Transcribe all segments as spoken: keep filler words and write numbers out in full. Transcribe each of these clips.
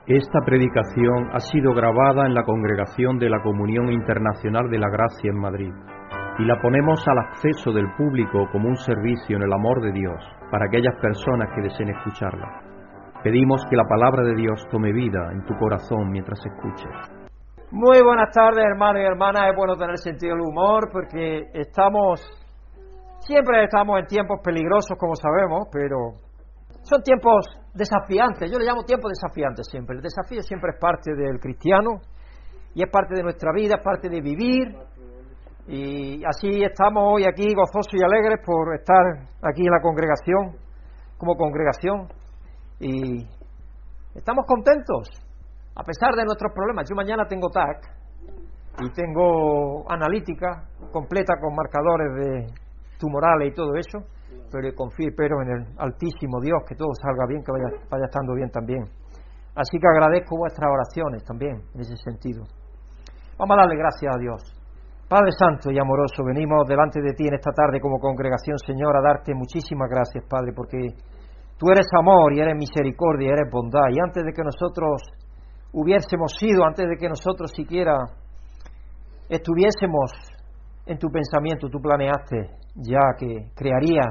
Esta predicación ha sido grabada en la Congregación de la Comunión Internacional de la Gracia en Madrid y la ponemos al acceso del público como un servicio en el amor de Dios para aquellas personas que deseen escucharla. Pedimos que la palabra de Dios tome vida en tu corazón mientras escuches. Muy buenas tardes, hermanos y hermanas. Es bueno tener sentido del humor porque estamos, siempre estamos en tiempos peligrosos, como sabemos, pero son tiempos desafiantes. Yo le llamo tiempos desafiantes siempre. El desafío siempre es parte del cristiano y es parte de nuestra vida, es parte de vivir. Y así estamos hoy aquí gozosos y alegres por estar aquí en la congregación, como congregación. Y estamos contentos, a pesar de nuestros problemas. Yo mañana tengo T A C y tengo analítica completa con marcadores de tumorales y todo eso, pero confío y espero en el Altísimo Dios que todo salga bien, que vaya, vaya estando bien también. Así que agradezco vuestras oraciones también en ese sentido. Vamos a darle gracias a Dios. Padre Santo y amoroso, venimos delante de ti en esta tarde como congregación, Señor, a darte muchísimas gracias, Padre, porque tú eres amor y eres misericordia y eres bondad, y antes de que nosotros hubiésemos sido, antes de que nosotros siquiera estuviésemos en tu pensamiento, tú planeaste ya que crearías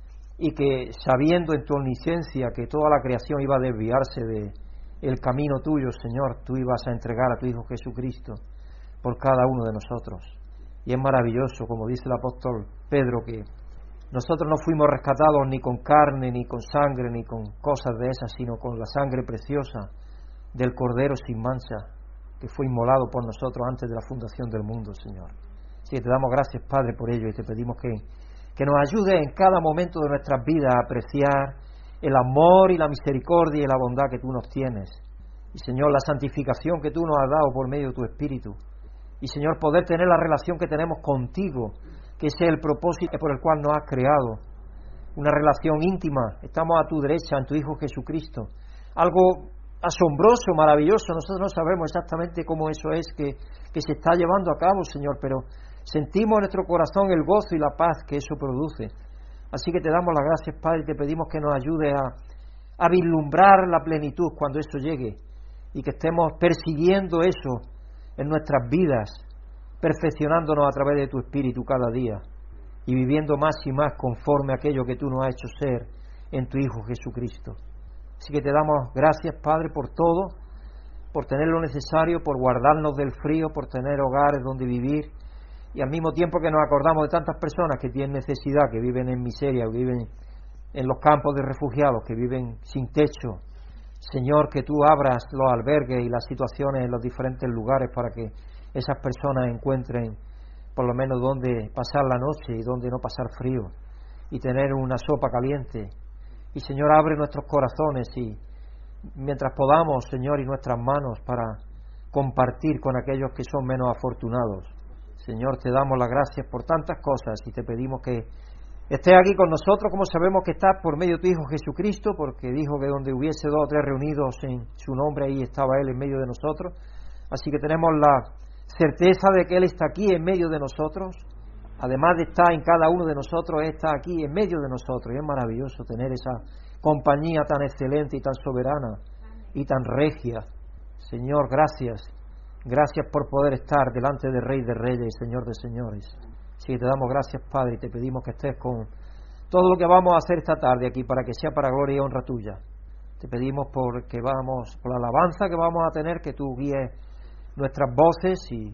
y que sabiendo en tu omnisciencia que toda la creación iba a desviarse de el camino tuyo, Señor, tú ibas a entregar a tu Hijo Jesucristo por cada uno de nosotros. Y es maravilloso, como dice el apóstol Pedro, que nosotros no fuimos rescatados ni con carne, ni con sangre, ni con cosas de esas, sino con la sangre preciosa del Cordero sin mancha, que fue inmolado por nosotros antes de la fundación del mundo, Señor. Así que te damos gracias, Padre, por ello, y te pedimos que, que nos ayude en cada momento de nuestras vidas a apreciar el amor y la misericordia y la bondad que tú nos tienes. Y, Señor, la santificación que tú nos has dado por medio de tu Espíritu. Y, Señor, poder tener la relación que tenemos contigo, que ese es el propósito por el cual nos has creado. Una relación íntima. Estamos a tu derecha en tu Hijo Jesucristo. Algo asombroso, maravilloso. Nosotros no sabemos exactamente cómo eso es que, que se está llevando a cabo, Señor, pero sentimos en nuestro corazón el gozo y la paz que eso produce. Así que te damos las gracias, Padre, y te pedimos que nos ayude a, a vislumbrar la plenitud cuando eso llegue y que estemos persiguiendo eso en nuestras vidas, perfeccionándonos a través de tu Espíritu cada día y viviendo más y más conforme a aquello que tú nos has hecho ser en tu Hijo Jesucristo. Así que te damos gracias, Padre, por todo, por tener lo necesario, por guardarnos del frío, por tener hogares donde vivir, y al mismo tiempo que nos acordamos de tantas personas que tienen necesidad, que viven en miseria, que viven en los campos de refugiados, que viven sin techo. Señor, que tú abras los albergues y las situaciones en los diferentes lugares para que esas personas encuentren por lo menos donde pasar la noche y donde no pasar frío y tener una sopa caliente. Y, Señor, abre nuestros corazones y mientras podamos, Señor, y nuestras manos para compartir con aquellos que son menos afortunados. Señor, te damos las gracias por tantas cosas y te pedimos que estés aquí con nosotros, como sabemos que estás por medio de tu Hijo Jesucristo, porque dijo que donde hubiese dos o tres reunidos en su nombre, ahí estaba Él en medio de nosotros. Así que tenemos la certeza de que Él está aquí en medio de nosotros. Además de estar en cada uno de nosotros, Él está aquí en medio de nosotros. Y es maravilloso tener esa compañía tan excelente y tan soberana y tan regia. Señor, gracias. Gracias por poder estar delante del Rey de Reyes y Señor de Señores. Así que te damos gracias, Padre, y te pedimos que estés con todo lo que vamos a hacer esta tarde aquí para que sea para gloria y honra tuya. Te pedimos por que vamos, por la alabanza que vamos a tener, que tú guíes nuestras voces y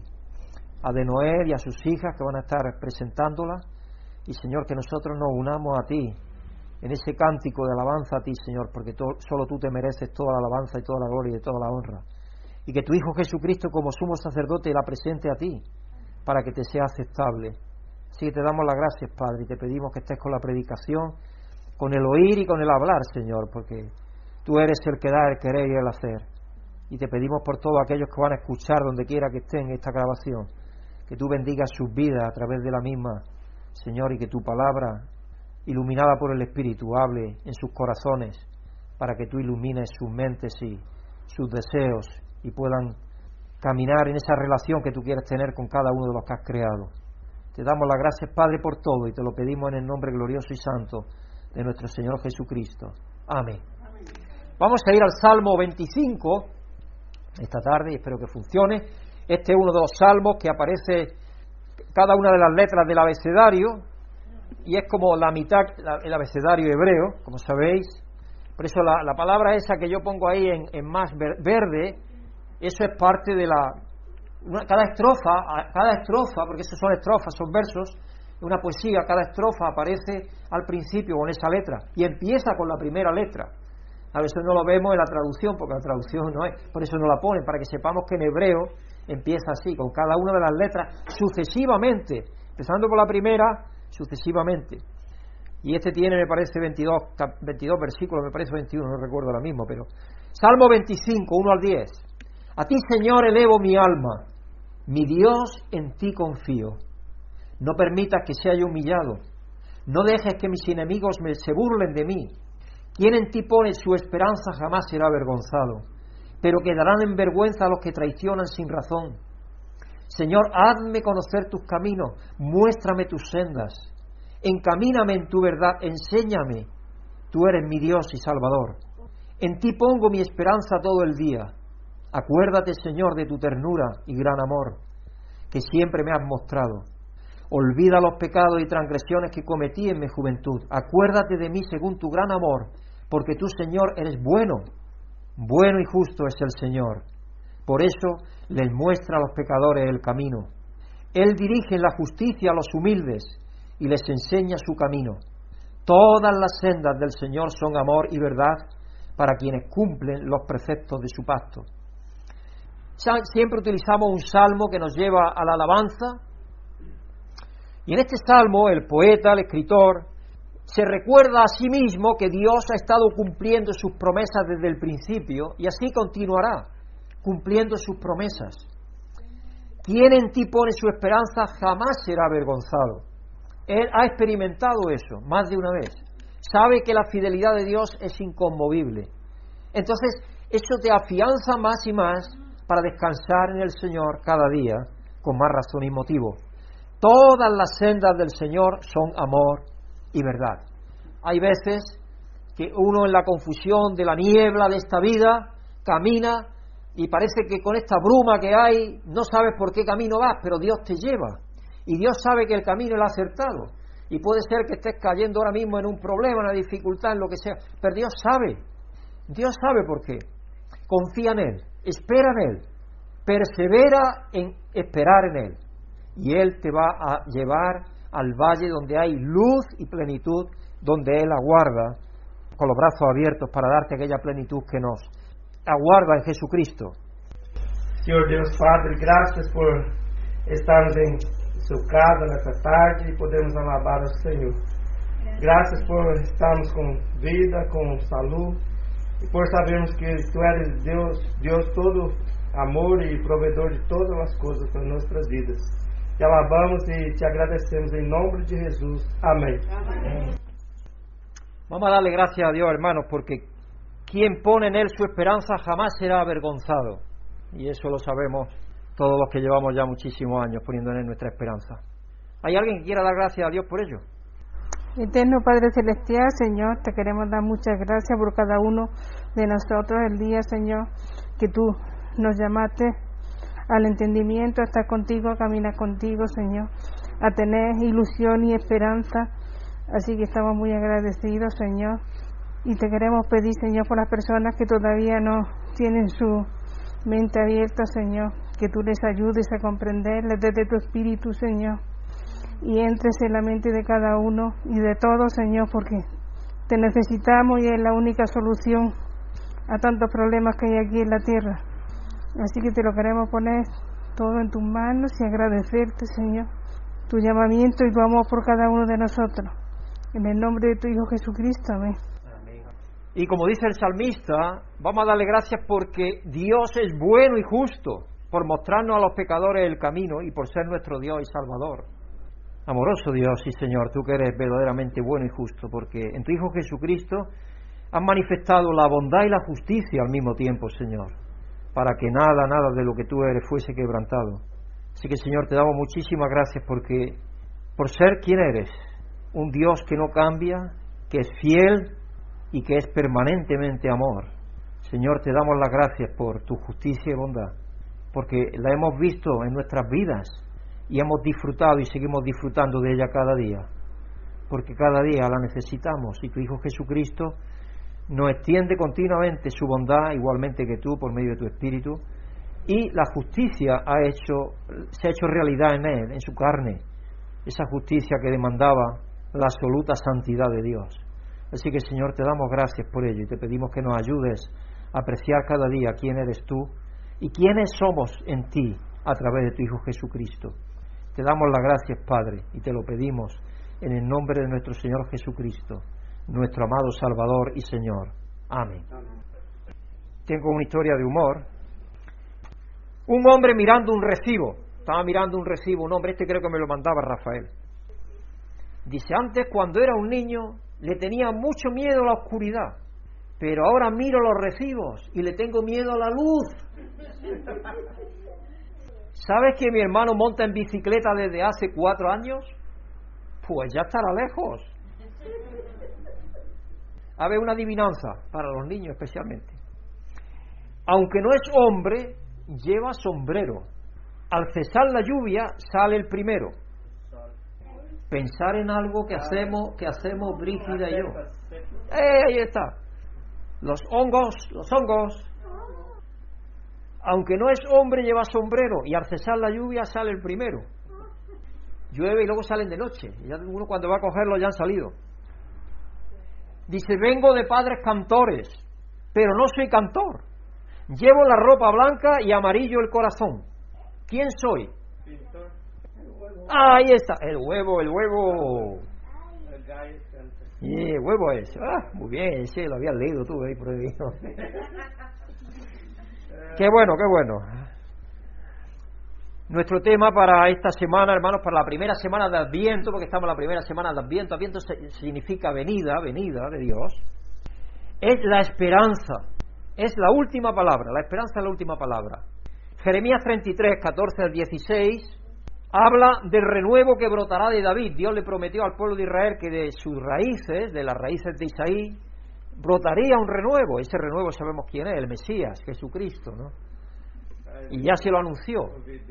a de Noel y a sus hijas que van a estar presentándola. Y, Señor, que nosotros nos unamos a ti en ese cántico de alabanza a ti, Señor, porque to, solo tú te mereces toda la alabanza y toda la gloria y toda la honra. Y que tu Hijo Jesucristo como sumo sacerdote la presente a ti para que te sea aceptable. Así que te damos las gracias, Padre, y te pedimos que estés con la predicación, con el oír y con el hablar, Señor, porque tú eres el que da el querer y el hacer. Y te pedimos por todos aquellos que van a escuchar donde quiera que estén esta grabación, que tú bendigas sus vidas a través de la misma, Señor, y que tu palabra, iluminada por el Espíritu, hable en sus corazones, para que tú ilumines sus mentes y sus deseos, y puedan caminar en esa relación que tú quieres tener con cada uno de los que has creado. Te damos las gracias, Padre, por todo, y te lo pedimos en el nombre glorioso y santo de nuestro Señor Jesucristo. Amén. Amén. Vamos a ir al Salmo veinticinco, esta tarde y espero que funcione. Este es uno de los salmos que aparece cada una de las letras del abecedario y es como la mitad el abecedario hebreo, como sabéis. Por eso la, la palabra esa que yo pongo ahí en, en más verde, eso es parte de la... Una, cada estrofa, cada estrofa, porque eso son estrofas, son versos, una poesía, cada estrofa aparece al principio con esa letra y empieza con la primera letra. A veces no lo vemos en la traducción, porque la traducción no es, por eso no la ponen, para que sepamos que en hebreo empieza así, con cada una de las letras sucesivamente, empezando por la primera, sucesivamente. Y este tiene, me parece, veintidós, veintidós versículos, me parece veintiuno, no recuerdo ahora mismo, pero... Salmo veinticinco, uno al diez. A ti, Señor, elevo mi alma, mi Dios, en ti confío. No permitas que sea yo humillado, no dejes que mis enemigos me, se burlen de mí. Quien en ti pone su esperanza jamás será avergonzado, pero quedarán en vergüenza los que traicionan sin razón. Señor, hazme conocer tus caminos, muéstrame tus sendas, encamíname en tu verdad, enséñame, tú eres mi Dios y Salvador. En ti pongo mi esperanza todo el día. Acuérdate, Señor, de tu ternura y gran amor, que siempre me has mostrado. Olvida los pecados y transgresiones que cometí en mi juventud. Acuérdate de mí según tu gran amor, porque tú, Señor, eres bueno. Bueno y justo es el Señor. Por eso les muestra a los pecadores el camino. Él dirige en la justicia a los humildes y les enseña su camino. Todas las sendas del Señor son amor y verdad para quienes cumplen los preceptos de su pacto. Siempre utilizamos un salmo que nos lleva a la alabanza. Y en este salmo el poeta, el escritor, se recuerda a sí mismo que Dios ha estado cumpliendo sus promesas desde el principio y así continuará, cumpliendo sus promesas. Quien en ti pone su esperanza jamás será avergonzado. Él ha experimentado eso más de una vez. Sabe que la fidelidad de Dios es inconmovible. Entonces, eso te afianza más y más para descansar en el Señor cada día con más razón y motivo. Todas las sendas del Señor son amor y verdad. Hay veces que uno en la confusión de la niebla de esta vida camina y parece que con esta bruma que hay no sabes por qué camino vas, pero Dios te lleva y Dios sabe que el camino es el acertado y puede ser que estés cayendo ahora mismo en un problema, en una dificultad, en lo que sea, pero Dios sabe, Dios sabe por qué. Confía en Él, espera en Él, persevera en esperar en Él. Y Él te va a llevar al valle donde hay luz y plenitud, donde Él aguarda con los brazos abiertos para darte aquella plenitud que nos aguarda en Jesucristo. Senhor Deus Padre, graças por estarmos em Sua casa nessa tarde e podermos alabar ao Senhor. Graças por estarmos com vida, com saúde e por sabermos que Tu eres Deus, Deus todo amor e provedor de todas as coisas para nossas vidas. Te alabamos e te agradecemos em nome de Jesus. Amém. Amém. Vamos a darle gracias a Dios, hermanos, porque quien pone en Él su esperanza jamás será avergonzado. Y eso lo sabemos todos los que llevamos ya muchísimos años poniendo en Él nuestra esperanza. ¿Hay alguien que quiera dar gracias a Dios por ello? Eterno Padre Celestial, Señor, te queremos dar muchas gracias por cada uno de nosotros el día, Señor, que Tú nos llamaste al entendimiento, a estar contigo, a caminar contigo, Señor, a tener ilusión y esperanza. Así que estamos muy agradecidos, Señor, y te queremos pedir, Señor, por las personas que todavía no tienen su mente abierta, Señor, que Tú les ayudes a comprenderles desde Tu Espíritu, Señor, y entres en la mente de cada uno y de todos, Señor, porque te necesitamos y es la única solución a tantos problemas que hay aquí en la tierra. Así que te lo queremos poner todo en tus manos y agradecerte, Señor, tu llamamiento y tu amor por cada uno de nosotros. En el nombre de tu Hijo Jesucristo, amén. Amén. Y como dice el salmista, vamos a darle gracias porque Dios es bueno y justo, por mostrarnos a los pecadores el camino y por ser nuestro Dios y Salvador. Amoroso Dios, sí Señor, Tú que eres verdaderamente bueno y justo, porque en tu Hijo Jesucristo has manifestado la bondad y la justicia al mismo tiempo, Señor, para que nada, nada de lo que Tú eres fuese quebrantado. Así que, Señor, te damos muchísimas gracias porque por ser quien eres, un Dios que no cambia, que es fiel y que es permanentemente amor. Señor, te damos las gracias por tu justicia y bondad, porque la hemos visto en nuestras vidas y hemos disfrutado y seguimos disfrutando de ella cada día, porque cada día la necesitamos y tu Hijo Jesucristo nos extiende continuamente su bondad, igualmente que tú, por medio de tu Espíritu, y la justicia ha hecho, se ha hecho realidad en Él, en su carne, esa justicia que demandaba la absoluta santidad de Dios. Así que, Señor, te damos gracias por ello y te pedimos que nos ayudes a apreciar cada día quién eres tú y quiénes somos en ti a través de tu Hijo Jesucristo. Te damos las gracias, Padre, y te lo pedimos en el nombre de nuestro Señor Jesucristo, nuestro amado Salvador y Señor. Amén. Amén. Tengo una historia de humor. Un hombre mirando un recibo, estaba mirando un recibo, un hombre, este creo que me lo mandaba Rafael. Dice, antes cuando era un niño le tenía mucho miedo a la oscuridad, pero ahora miro los recibos y le tengo miedo a la luz. ¿Sabes que mi hermano monta en bicicleta desde hace cuatro años? Pues ya estará lejos. A ver, una adivinanza para los niños especialmente. Aunque no es hombre, lleva sombrero. Al cesar la lluvia, sale el primero. Pensar en algo que hacemos, que hacemos Brígida y yo. ¡Eh, ahí está! Los hongos, los hongos. Aunque no es hombre, lleva sombrero. Y al cesar la lluvia, sale el primero. Llueve y luego salen de noche. Y ya uno cuando va a cogerlo ya han salido. Dice, vengo de padres cantores, pero no soy cantor. Llevo la ropa blanca y amarillo el corazón. ¿Quién soy? Pintor. Ah, ahí está, el huevo, el huevo. El gallo. Y el huevo es. Ah, muy bien, sí, lo habías leído tú ahí por ahí. Qué bueno, qué bueno. Nuestro tema para esta semana, hermanos, para la primera semana de Adviento, porque estamos en la primera semana de Adviento. Adviento significa venida, venida de Dios. Es la esperanza. Es la última palabra, la esperanza es la última palabra. Jeremías treinta y tres, catorce al dieciséis, habla del renuevo que brotará de David. Dios le prometió al pueblo de Israel que de sus raíces, de las raíces de Isaí, brotaría un renuevo. Ese renuevo sabemos quién es, el Mesías, Jesucristo, ¿no? Y ya se lo anunció.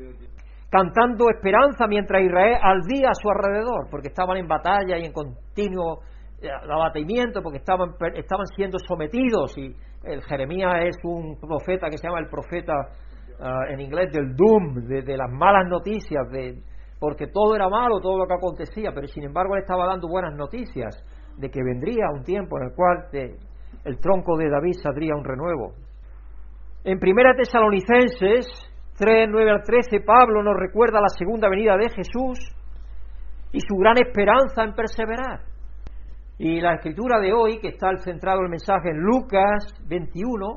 Cantando esperanza mientras Israel ardía a su alrededor, porque estaban en batalla y en continuo abatimiento, porque estaban, estaban siendo sometidos. Y el Jeremías es un profeta que se llama el profeta uh, en inglés del doom, de, de las malas noticias, de, porque todo era malo, todo lo que acontecía, pero sin embargo él estaba dando buenas noticias de que vendría un tiempo en el cual de, el tronco de David saldría un renuevo. En Primera Tesalonicenses tres, nueve al trece, Pablo nos recuerda la segunda venida de Jesús y su gran esperanza en perseverar. Y la escritura de hoy, que está centrado el mensaje en Lucas veintiuno,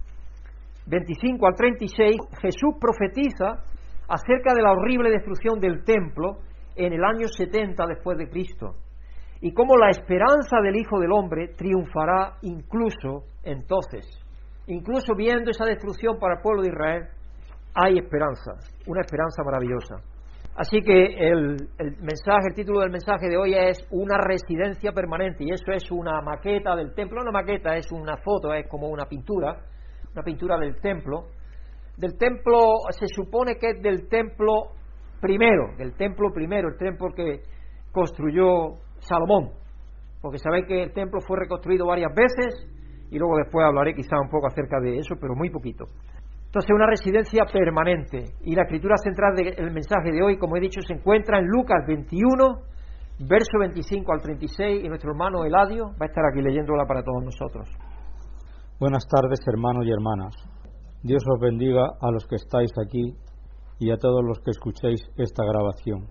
veinticinco al treinta y seis, Jesús profetiza acerca de la horrible destrucción del templo en el año setenta después de Cristo, y cómo la esperanza del Hijo del Hombre triunfará incluso entonces. Incluso viendo esa destrucción para el pueblo de Israel, hay esperanza, una esperanza maravillosa. Así que el, el mensaje, el título del mensaje de hoy es una residencia permanente, y eso es una maqueta del templo. Una maqueta es una foto, es como una pintura, una pintura del templo. Del templo, se supone que es del templo primero, del templo primero, el templo que construyó Salomón, porque sabéis que el templo fue reconstruido varias veces, y luego después hablaré quizá un poco acerca de eso, pero muy poquito. Entonces, una residencia permanente. Y la escritura central del mensaje de hoy, como he dicho, se encuentra en Lucas veintiuno, verso veinticinco al treinta y seis, y nuestro hermano Eladio va a estar aquí leyéndola para todos nosotros. Buenas tardes, hermanos y hermanas. Dios os bendiga a los que estáis aquí y a todos los que escuchéis esta grabación.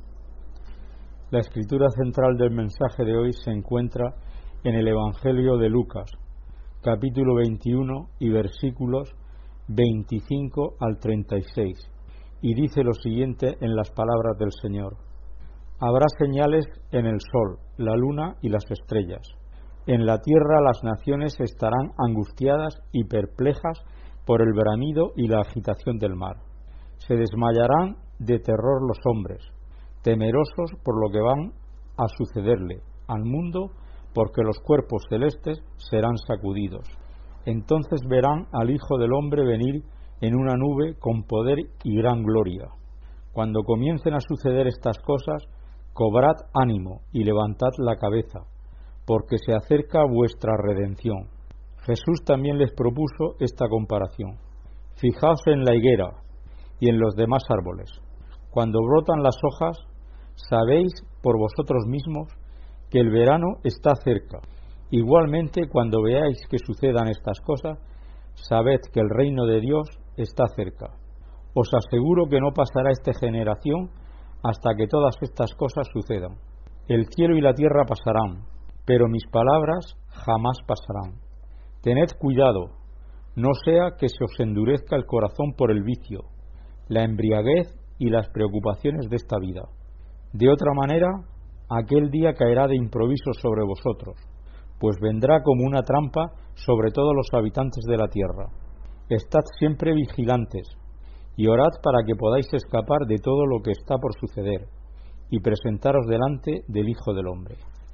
La escritura central del mensaje de hoy se encuentra en el Evangelio de Lucas, capítulo veintiuno y versículos veinticinco al treinta y seis, y dice lo siguiente en las palabras del Señor: habrá señales en el sol, la luna y las estrellas. En la tierra las naciones estarán angustiadas y perplejas por el bramido y la agitación del mar. Se desmayarán de terror los hombres, temerosos por lo que van a sucederle al mundo, porque los cuerpos celestes serán sacudidos. Entonces verán al Hijo del Hombre venir en una nube con poder y gran gloria. Cuando comiencen a suceder estas cosas, cobrad ánimo y levantad la cabeza, porque se acerca vuestra redención. Jesús también les propuso esta comparación. Fijaos en la higuera y en los demás árboles. Cuando brotan las hojas, sabéis por vosotros mismos que el verano está cerca. Igualmente, cuando veáis que sucedan estas cosas, sabed que el reino de Dios está cerca. Os aseguro que no pasará esta generación hasta que todas estas cosas sucedan. El cielo y la tierra pasarán, pero mis palabras jamás pasarán. Tened cuidado, no sea que se os endurezca el corazón por el vicio, la embriaguez y las preocupaciones de esta vida. De otra manera, aquel día caerá de improviso sobre vosotros, pues vendrá como una trampa sobre todos los habitantes de la tierra. Estad siempre vigilantes y orad para que podáis escapar de todo lo que está por suceder y presentaros delante del Hijo del Hombre.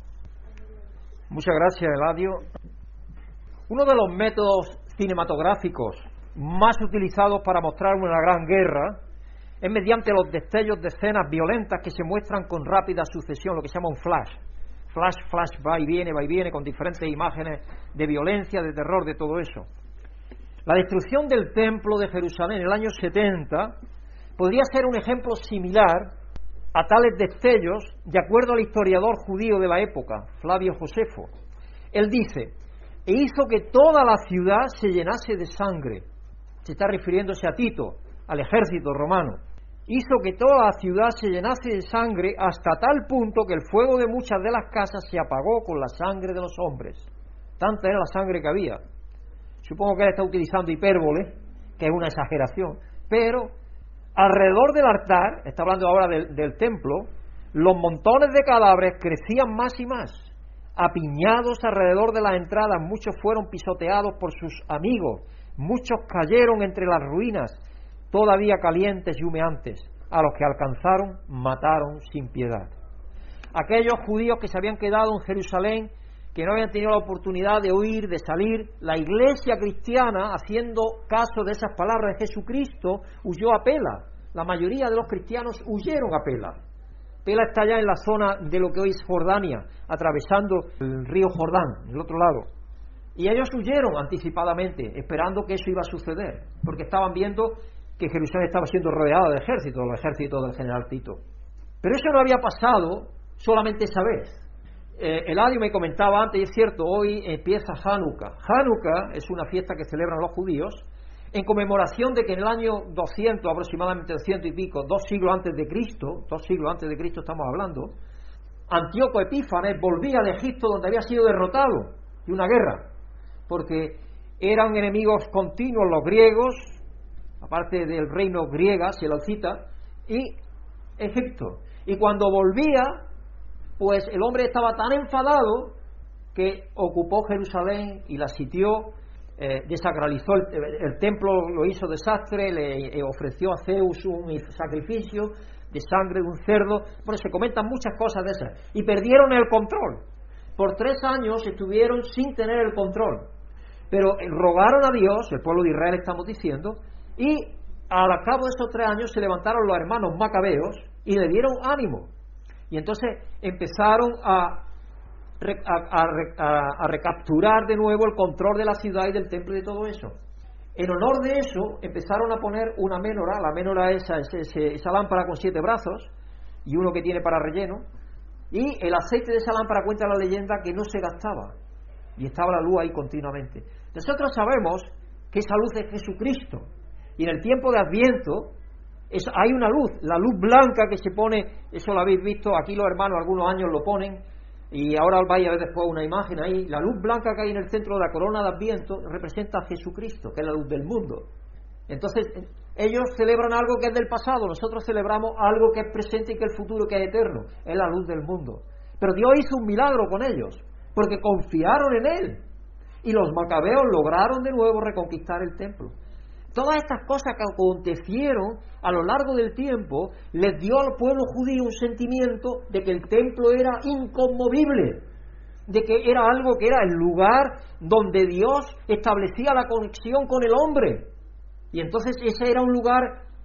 Muchas gracias, Eladio. Uno de los métodos cinematográficos más utilizados para mostrar una gran guerra es mediante los destellos de escenas violentas que se muestran con rápida sucesión, lo que se llama un flash. Flash, flash, va y viene, va y viene, con diferentes imágenes de violencia, de terror, de todo eso. La destrucción del templo de Jerusalén en el año setenta podría ser un ejemplo similar a tales destellos, de acuerdo al historiador judío de la época, Flavio Josefo. Él dice: e hizo que toda la ciudad se llenase de sangre. Se está refiriéndose a Tito, al ejército romano. Hizo que toda la ciudad se llenase de sangre hasta tal punto que el fuego de muchas de las casas se apagó con la sangre de los hombres. Tanta era la sangre que había. Supongo que él está utilizando hipérbole, que es una exageración, pero alrededor del altar, está hablando ahora del, del templo, los montones de cadáveres crecían más y más. Apiñados alrededor de las entradas, muchos fueron pisoteados por sus amigos, muchos cayeron entre las ruinas, todavía calientes y humeantes. A los que alcanzaron, mataron sin piedad. Aquellos judíos que se habían quedado en Jerusalén, que no habían tenido la oportunidad de huir, de salir, la iglesia cristiana, haciendo caso de esas palabras de Jesucristo, huyó a Pela. La mayoría de los cristianos huyeron a Pela. Pela está allá en la zona de lo que hoy es Jordania, atravesando el río Jordán, el otro lado. Y ellos huyeron anticipadamente, esperando que eso iba a suceder, porque estaban viendo que Jerusalén estaba siendo rodeada de ejército, el ejército del general Tito. Pero eso no había pasado solamente esa vez. Eh, Eladio me comentaba antes, y es cierto, hoy empieza Hanukkah. Hanukkah es una fiesta que celebran los judíos en conmemoración de que en el año doscientos, aproximadamente doscientos y pico, dos siglos antes de Cristo, dos siglos antes de Cristo estamos hablando, Antíoco Epífanes volvía de Egipto, donde había sido derrotado de una guerra, porque eran enemigos continuos los griegos, aparte del reino griega, Seleucida, y Egipto. Y cuando volvía, pues el hombre estaba tan enfadado que ocupó Jerusalén y la sitió, eh, desacralizó el, el templo, lo hizo desastre, le eh, ofreció a Zeus un sacrificio de sangre de un cerdo. Bueno, se comentan muchas cosas de esas. Y perdieron el control. Por tres años estuvieron sin tener el control. Pero eh, rogaron a Dios, el pueblo de Israel estamos diciendo, y al cabo de esos tres años se levantaron los hermanos macabeos y le dieron ánimo. Y entonces empezaron a, a, a, a recapturar de nuevo el control de la ciudad y del templo y de todo eso. En honor de eso empezaron a poner una menora. La menora es esa, esa, esa lámpara con siete brazos y uno que tiene para relleno, y el aceite de esa lámpara, cuenta la leyenda, que no se gastaba y estaba la luz ahí continuamente. Nosotros sabemos que esa luz es Jesucristo, y en el tiempo de Adviento es, hay una luz, la luz blanca que se pone, eso lo habéis visto, aquí los hermanos algunos años lo ponen, y ahora vais a ver después una imagen ahí. La luz blanca que hay en el centro de la corona de Adviento representa a Jesucristo, que es la luz del mundo. Entonces ellos celebran algo que es del pasado, nosotros celebramos algo que es presente y que es futuro, que es eterno, es la luz del mundo. Pero Dios hizo un milagro con ellos, porque confiaron en Él, y los macabeos lograron de nuevo reconquistar el templo. Todas estas cosas que acontecieron a lo largo del tiempo les dio al pueblo judío un sentimiento de que el templo era inconmovible, de que era algo que era el lugar donde Dios establecía la conexión con el hombre. Y entonces ese era un lugar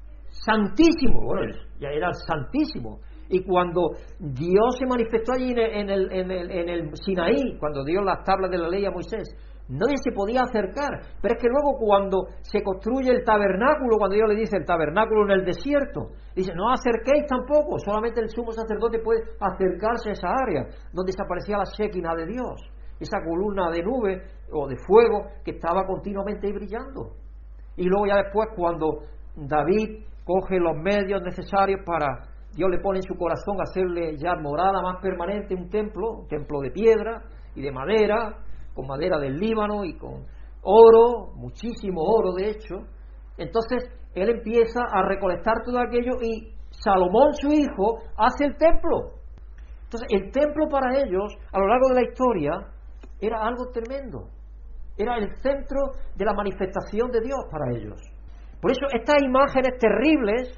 santísimo, bueno, ya era santísimo. Y cuando Dios se manifestó allí en el, en el, en el, en el Sinaí, cuando dio las tablas de la ley a Moisés, nadie se podía acercar. Pero es que luego cuando se construye el tabernáculo, cuando Dios le dice el tabernáculo en el desierto, dice, no os acerquéis tampoco, solamente el sumo sacerdote puede acercarse a esa área donde se aparecía la Shekinah de Dios, esa columna de nube o de fuego que estaba continuamente ahí brillando. Y luego ya después, cuando David coge los medios necesarios para, Dios le pone en su corazón hacerle ya morada más permanente, un templo, un templo de piedra y de madera, con madera del Líbano y con oro, muchísimo oro de hecho. Entonces él empieza a recolectar todo aquello y Salomón, su hijo, hace el templo. Entonces el templo para ellos, a lo largo de la historia, era algo tremendo. Era el centro de la manifestación de Dios para ellos. Por eso estas imágenes terribles,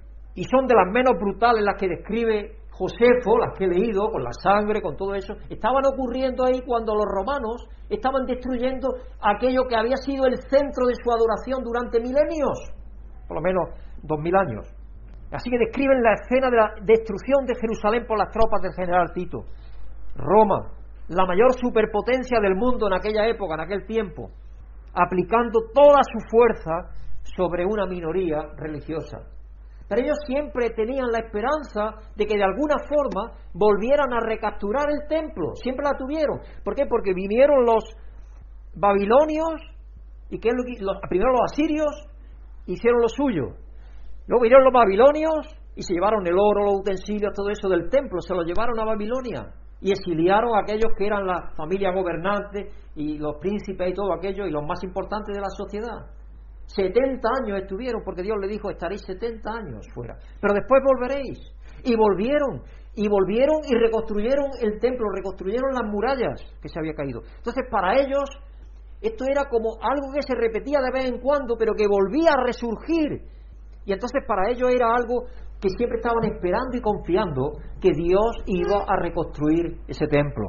y son de las menos brutales las que describe Josefo, las que he leído, con la sangre, con todo eso, estaban ocurriendo ahí cuando los romanos estaban destruyendo aquello que había sido el centro de su adoración durante milenios, por lo menos dos mil años. Así que describen la escena de la destrucción de Jerusalén por las tropas del general Tito. Roma, la mayor superpotencia del mundo en aquella época, en aquel tiempo, aplicando toda su fuerza sobre una minoría religiosa. Pero ellos siempre tenían la esperanza de que de alguna forma volvieran a recapturar el templo. Siempre la tuvieron. ¿Por qué? Porque vinieron los babilonios, y que los, primero los asirios hicieron lo suyo. Luego vinieron los babilonios y se llevaron el oro, los utensilios, todo eso del templo, se lo llevaron a Babilonia. Y exiliaron a aquellos que eran la familia gobernante y los príncipes y todo aquello, y los más importantes de la sociedad. setenta años estuvieron, porque Dios le dijo, estaréis setenta años fuera, pero después volveréis. Y volvieron, y volvieron y reconstruyeron el templo, reconstruyeron las murallas que se había caído. Entonces para ellos esto era como algo que se repetía de vez en cuando, pero que volvía a resurgir. Y entonces para ellos era algo que siempre estaban esperando y confiando que Dios iba a reconstruir ese templo.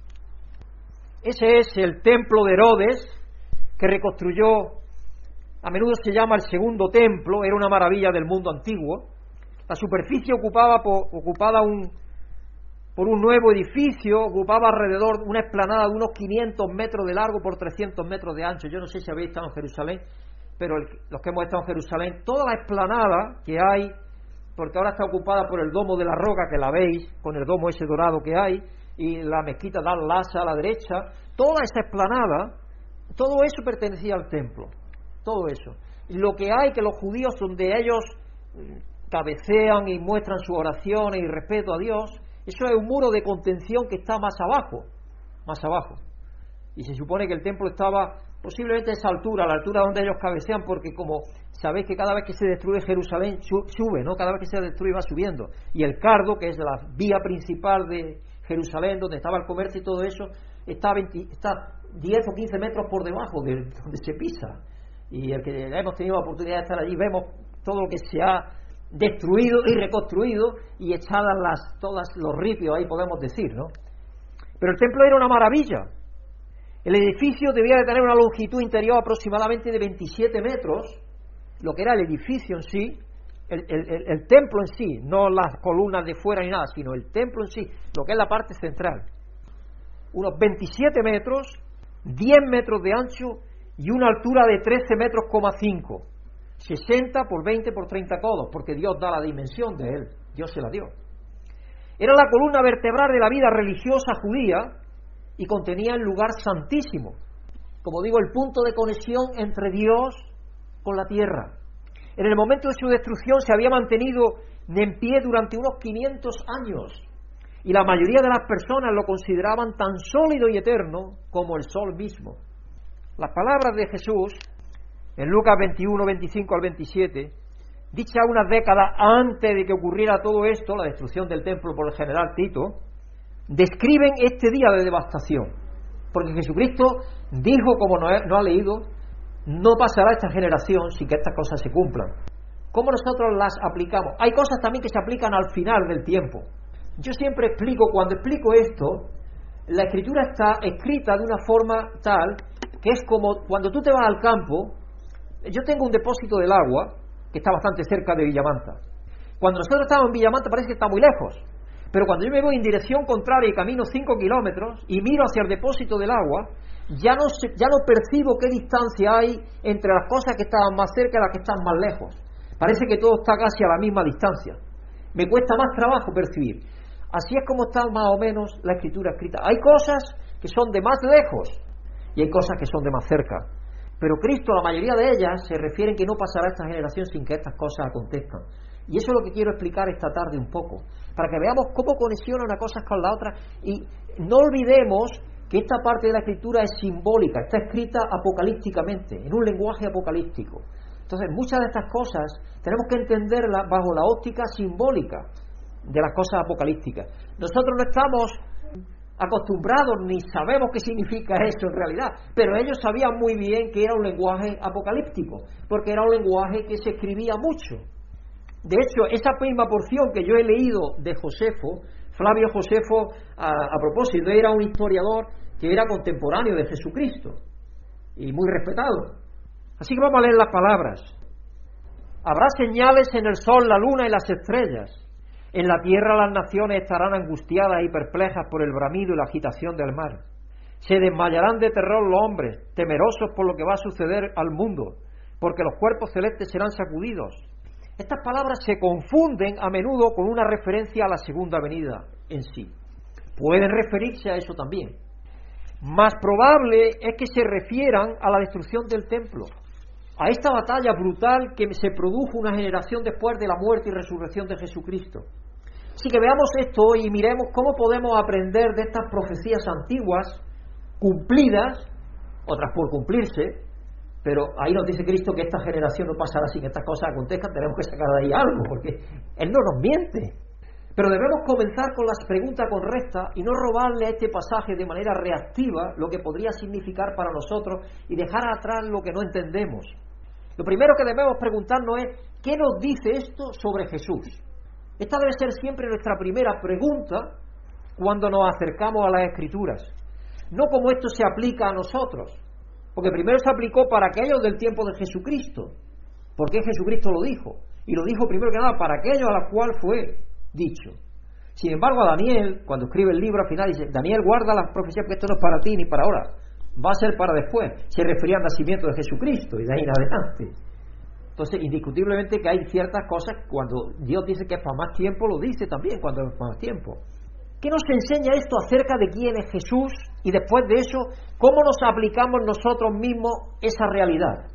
Ese es el templo de Herodes, que reconstruyó. A menudo se llama el segundo templo, era una maravilla del mundo antiguo. La superficie ocupaba por, ocupada un, por un nuevo edificio, ocupaba alrededor una explanada de unos quinientos metros de largo por trescientos metros de ancho. Yo no sé si habéis estado en Jerusalén, pero el, los que hemos estado en Jerusalén, toda la explanada que hay, porque ahora está ocupada por el domo de la roca, que la veis, con el domo ese dorado que hay, y la mezquita de Al-Aqsa a la derecha, toda esa explanada, todo eso pertenecía al templo. Todo eso. Y lo que hay que los judíos, donde ellos cabecean y muestran sus oraciones y respeto a Dios, eso es un muro de contención que está más abajo, más abajo. Y se supone que el templo estaba posiblemente a esa altura, a la altura donde ellos cabecean, porque como sabéis que cada vez que se destruye Jerusalén sube, ¿no? Cada vez que se destruye va subiendo. Y el Cardo, que es la vía principal de Jerusalén, donde estaba el comercio y todo eso, está, veinte, está diez o quince metros por debajo de donde se pisa. Y el que hemos tenido la oportunidad de estar allí, vemos todo lo que se ha destruido y reconstruido, y echadas las, todos los ripios, ahí podemos decir, ¿no? Pero el templo era una maravilla. El edificio debía de tener una longitud interior aproximadamente de veintisiete metros, lo que era el edificio en sí, el, el, el, el templo en sí, no las columnas de fuera ni nada, sino el templo en sí, lo que es la parte central. Unos veintisiete metros, diez metros de ancho y una altura de trece metros, cinco, sesenta por veinte por treinta codos, porque Dios da la dimensión de él, Dios se la dio. Era la columna vertebral de la vida religiosa judía y contenía el lugar santísimo, como digo, el punto de conexión entre Dios con la tierra. En el momento de su destrucción se había mantenido en pie durante unos quinientos años, y la mayoría de las personas lo consideraban tan sólido y eterno como el sol mismo. Las palabras de Jesús en Lucas veintiuno, veinticinco al veintisiete, dichas unas décadas antes de que ocurriera todo esto, la destrucción del templo por el general Tito, describen este día de devastación, porque Jesucristo dijo, como no, no ha leído, no pasará esta generación sin que estas cosas se cumplan. ¿Cómo nosotros las aplicamos? Hay cosas también que se aplican al final del tiempo. Yo siempre explico, cuando explico esto, la Escritura está escrita de una forma tal que es como cuando tú te vas al campo. Yo tengo un depósito del agua que está bastante cerca de Villamanta. Cuando nosotros estamos en Villamanta parece que está muy lejos, pero cuando yo me voy en dirección contraria y camino cinco kilómetros y miro hacia el depósito del agua, ya no, se, ya no percibo qué distancia hay entre las cosas que estaban más cerca y las que están más lejos. Parece que todo está casi a la misma distancia. Me cuesta más trabajo percibir. Así es como está más o menos la Escritura escrita. Hay cosas que son de más lejos y hay cosas que son de más cerca. Pero Cristo, la mayoría de ellas, se refieren que no pasará esta generación sin que estas cosas acontezcan. Y eso es lo que quiero explicar esta tarde un poco, para que veamos cómo conexiona una cosa con la otra. Y no olvidemos que esta parte de la Escritura es simbólica, está escrita apocalípticamente, en un lenguaje apocalíptico. Entonces, muchas de estas cosas tenemos que entenderlas bajo la óptica simbólica de las cosas apocalípticas. Nosotros no estamos acostumbrados ni sabemos qué significa eso en realidad, pero ellos sabían muy bien que era un lenguaje apocalíptico, porque era un lenguaje que se escribía mucho. De hecho, esa misma porción que yo he leído de Josefo, Flavio Josefo, a, a propósito, era un historiador que era contemporáneo de Jesucristo y muy respetado. Así que vamos a leer las palabras. Habrá señales en el sol, la luna y las estrellas. En la tierra las naciones estarán angustiadas y perplejas por el bramido y la agitación del mar. Se desmayarán de terror los hombres, temerosos por lo que va a suceder al mundo, porque los cuerpos celestes serán sacudidos. Estas palabras se confunden a menudo con una referencia a la segunda venida en sí. Pueden referirse a eso también. Más probable es que se refieran a la destrucción del templo, a esta batalla brutal que se produjo una generación después de la muerte y resurrección de Jesucristo. Así que veamos esto hoy y miremos cómo podemos aprender de estas profecías antiguas, cumplidas, otras por cumplirse, pero ahí nos dice Cristo que esta generación no pasará sin que estas cosas acontezcan. Tenemos que sacar de ahí algo, porque Él no nos miente. Pero debemos comenzar con las preguntas correctas y no robarle a este pasaje de manera reactiva lo que podría significar para nosotros y dejar atrás lo que no entendemos. Lo primero que debemos preguntarnos es, ¿qué nos dice esto sobre Jesús? Esta debe ser siempre nuestra primera pregunta cuando nos acercamos a las Escrituras. No como esto se aplica a nosotros, porque primero se aplicó para aquellos del tiempo de Jesucristo, porque Jesucristo lo dijo, y lo dijo primero que nada para aquellos a los cuales fue dicho. Sin embargo, a Daniel, cuando escribe el libro al final, dice, Daniel, guarda las profecías porque esto no es para ti ni para ahora, va a ser para después. Se refería al nacimiento de Jesucristo y de ahí en adelante. Entonces, indiscutiblemente que hay ciertas cosas, cuando Dios dice que es para más tiempo, lo dice también cuando es para más tiempo. ¿Qué nos enseña esto acerca de quién es Jesús? Y después de eso, ¿cómo nos aplicamos nosotros mismos esa realidad?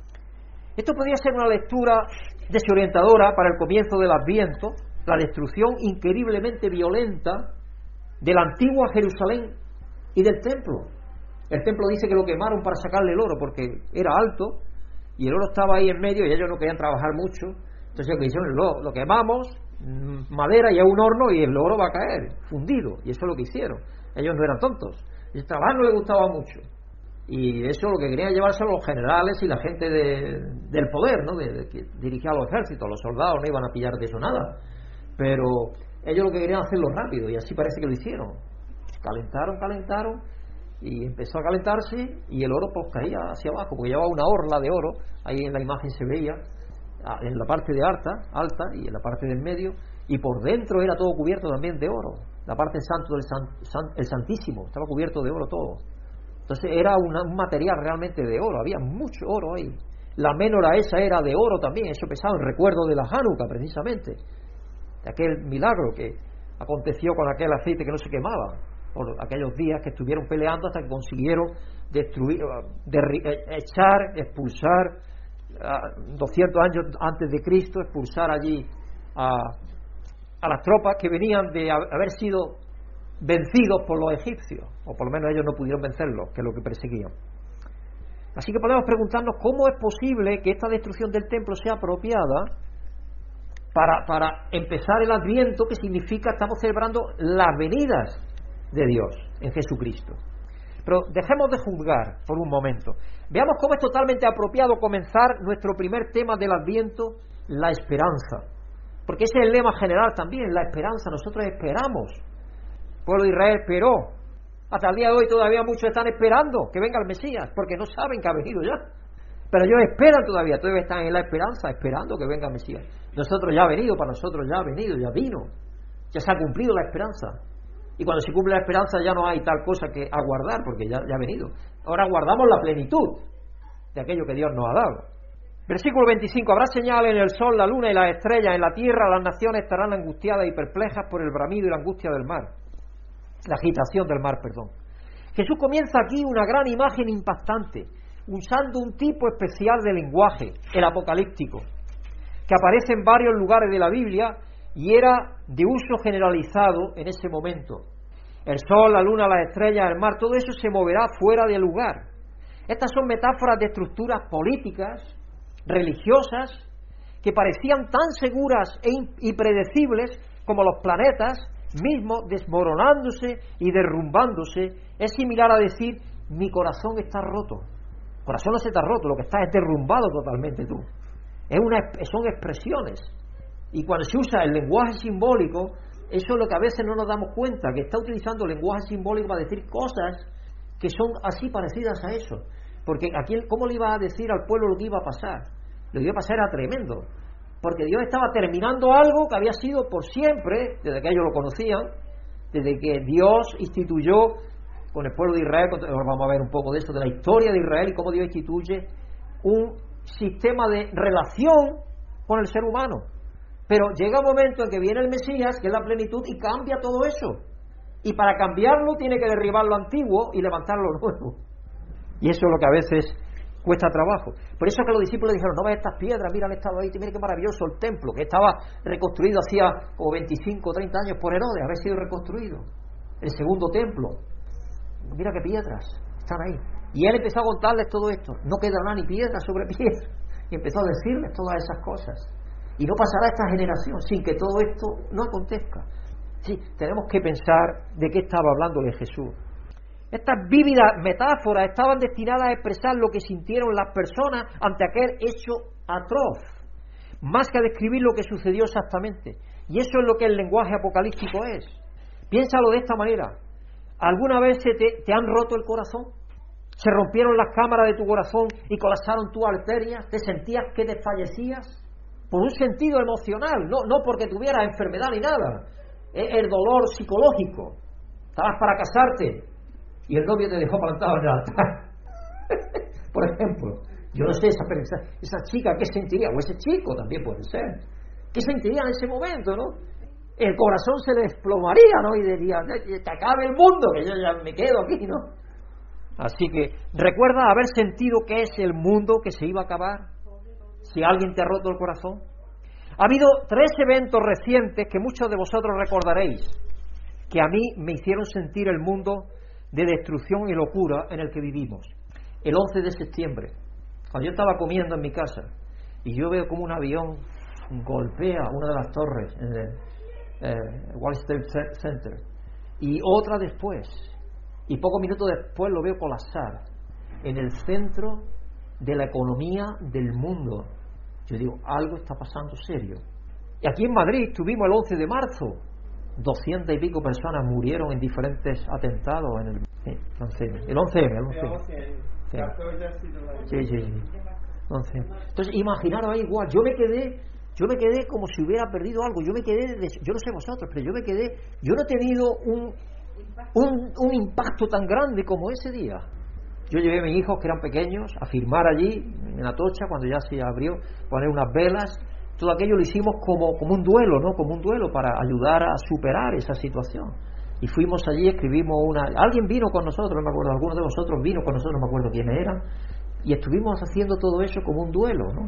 Esto podría ser una lectura desorientadora para el comienzo del Adviento, la destrucción increíblemente violenta de la antigua Jerusalén y del templo. El templo dice que lo quemaron para sacarle el oro porque era alto y el oro estaba ahí en medio y ellos no querían trabajar mucho. Entonces lo que hicieron, lo, lo quemamos, madera y a un horno y el oro va a caer fundido, y eso es lo que hicieron. Ellos no eran tontos, el trabajo no les gustaba mucho y eso lo que querían llevárselo los generales y la gente de, del poder, ¿no? de, de, que dirigía a los ejércitos. Los soldados no iban a pillar de eso nada, pero ellos lo que querían hacerlo rápido y así parece que lo hicieron. Calentaron, calentaron y empezó a calentarse y el oro pues caía hacia abajo porque llevaba una orla de oro, ahí en la imagen se veía en la parte de alta, alta y en la parte del medio, y por dentro era todo cubierto también de oro. La parte santo del san, san, el santísimo estaba cubierto de oro todo. Entonces era una, un material realmente de oro, había mucho oro ahí. La menorá esa era de oro también, eso pesaba en recuerdo de la Hanukkah precisamente, de aquel milagro que aconteció con aquel aceite que no se quemaba por aquellos días que estuvieron peleando hasta que consiguieron destruir, derri- echar, expulsar doscientos años antes de Cristo, expulsar allí a, a las tropas que venían de haber sido vencidos por los egipcios, o por lo menos ellos no pudieron vencerlos, que es lo que perseguían. Así que podemos preguntarnos cómo es posible que esta destrucción del templo sea apropiada para, para empezar el Adviento, que significa estamos celebrando las venidas de Dios en Jesucristo. Pero dejemos de juzgar por un momento. Veamos cómo es totalmente apropiado comenzar nuestro primer tema del Adviento, la esperanza. Porque ese es el lema general también, la esperanza. Nosotros esperamos. El pueblo de Israel esperó Hasta el día de hoy todavía muchos están esperando que venga el Mesías, porque no saben que ha venido ya. Pero ellos esperan todavía, todavía están en la esperanza, esperando que venga el Mesías. Nosotros ya ha venido, para nosotros ya ha venido, ya vino. Ya se ha cumplido la esperanza. Y cuando se cumple la esperanza ya no hay tal cosa que aguardar, porque ya, ya ha venido. Ahora aguardamos la plenitud de aquello que Dios nos ha dado. Versículo veinticinco. Habrá señales en el sol, la luna y las estrellas. En la tierra las naciones estarán angustiadas y perplejas por el bramido y la angustia del mar. La agitación del mar, perdón. Jesús comienza aquí una gran imagen impactante, usando un tipo especial de lenguaje, el apocalíptico, que aparece en varios lugares de la Biblia y era de uso generalizado en ese momento. El sol, la luna, las estrellas, el mar, todo eso se moverá fuera de lugar. Estas son metáforas de estructuras políticas, religiosas, que parecían tan seguras e impredecibles como los planetas mismos desmoronándose y derrumbándose. Es similar a decir: mi corazón está roto. El corazón no se está roto, lo que está es derrumbado totalmente tú. Es una, son expresiones. Y cuando se usa el lenguaje simbólico, eso es lo que a veces no nos damos cuenta, que está utilizando el lenguaje simbólico para decir cosas que son así parecidas a eso. Porque aquí, ¿cómo le iba a decir al pueblo lo que iba a pasar? Lo que iba a pasar era tremendo, porque Dios estaba terminando algo que había sido por siempre, desde que ellos lo conocían, desde que Dios instituyó con el pueblo de Israel. Ahora vamos a ver un poco de eso, de la historia de Israel y cómo Dios instituye un sistema de relación con el ser humano. Pero llega un momento en que viene el Mesías, que es la plenitud, y cambia todo eso. Y para cambiarlo tiene que derribar lo antiguo y levantar lo nuevo. Y eso es lo que a veces cuesta trabajo. Por eso que los discípulos dijeron: no ves estas piedras, mira, han estado ahí, mira qué maravilloso el templo, que estaba reconstruido hacía como veinticinco o treinta años por Herodes, haber sido reconstruido. El segundo templo. Mira qué piedras están ahí. Y él empezó a contarles todo esto. No quedará ni piedra sobre piedra. Y empezó a decirles todas esas cosas. Y no pasará esta generación sin que todo esto no acontezca. Sí, tenemos que pensar de qué estaba hablándole Jesús. Estas vívidas metáforas estaban destinadas a expresar lo que sintieron las personas ante aquel hecho atroz, más que a describir lo que sucedió exactamente. Y eso es lo que el lenguaje apocalíptico es. Piénsalo de esta manera: ¿alguna vez se te, te han roto el corazón? ¿Se rompieron las cámaras de tu corazón y colapsaron tus arterias? ¿Te sentías que desfallecías? Por un sentido emocional, no, no porque tuvieras enfermedad ni nada. Es el dolor psicológico. Estabas para casarte y el novio te dejó plantado en el altar. Por ejemplo, yo no sé, esa, esa chica, ¿qué sentiría? O ese chico también puede ser. ¿Qué sentiría en ese momento, no? El corazón se le desplomaría, ¿no? Y diría: te acabe el mundo, que yo ya me quedo aquí, ¿no? Así que recuerda haber sentido que es el mundo que se iba a acabar. Si alguien te ha roto el corazón. Ha habido tres eventos recientes que muchos de vosotros recordaréis, que a mí me hicieron sentir el mundo de destrucción y locura en el que vivimos. El once de septiembre, cuando yo estaba comiendo en mi casa y yo veo como un avión golpea una de las torres en el eh, World Trade Center, y otra después, y pocos minutos después lo veo colapsar en el centro de la economía del mundo. Yo digo, algo está pasando serio. Y aquí en Madrid tuvimos el once de marzo, doscientas y pico personas murieron en diferentes atentados en el, eh, once eme, el once eme, el once eme. Sí, sí, sí. once eme. Entonces, imaginaros ahí igual, yo me quedé, yo me quedé como si hubiera perdido algo. Yo me quedé, de, yo no sé vosotros, pero yo me quedé, yo no he tenido un, un, un impacto tan grande como ese día. Yo llevé a mis hijos, que eran pequeños, a firmar allí, en Atocha, cuando ya se abrió, poner unas velas. Todo aquello lo hicimos como, como un duelo, ¿no? Como un duelo para ayudar a superar esa situación. Y fuimos allí, escribimos una... Alguien vino con nosotros, no me acuerdo, algunos de vosotros vino con nosotros, no me acuerdo quiénes eran, y estuvimos haciendo todo eso como un duelo, ¿no?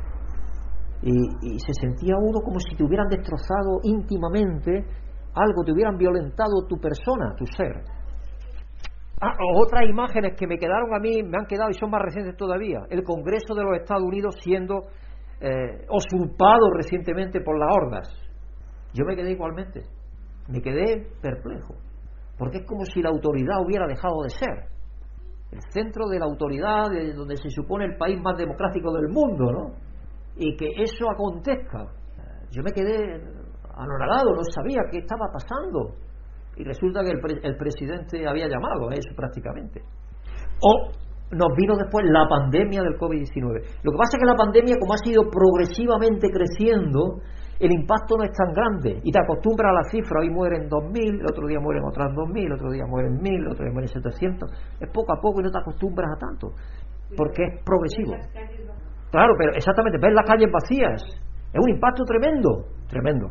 Y, y se sentía uno como si te hubieran destrozado íntimamente algo, te hubieran violentado tu persona, tu ser. Ah, otras imágenes que me quedaron a mí, me han quedado y son más recientes todavía. El Congreso de los Estados Unidos siendo eh, usurpado recientemente por las hordas. Yo me quedé igualmente, me quedé perplejo, porque es como si la autoridad hubiera dejado de ser. El centro de la autoridad, de donde se supone el país más democrático del mundo, ¿no? Y que eso acontezca. Yo me quedé anonadado, no sabía qué estaba pasando. Y resulta que el, pre- el presidente había llamado a eso prácticamente. O nos vino después la pandemia del covid diecinueve. Lo que pasa es que la pandemia, como ha sido progresivamente creciendo, el impacto no es tan grande y te acostumbras a la cifra. Hoy mueren dos mil, el otro día mueren otras dos mil, el otro día mueren mil, el otro día mueren setecientos. Es poco a poco y no te acostumbras a tanto, porque es progresivo. Claro, pero exactamente, ves las calles vacías, es un impacto tremendo, tremendo.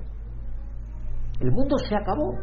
El mundo se acabó,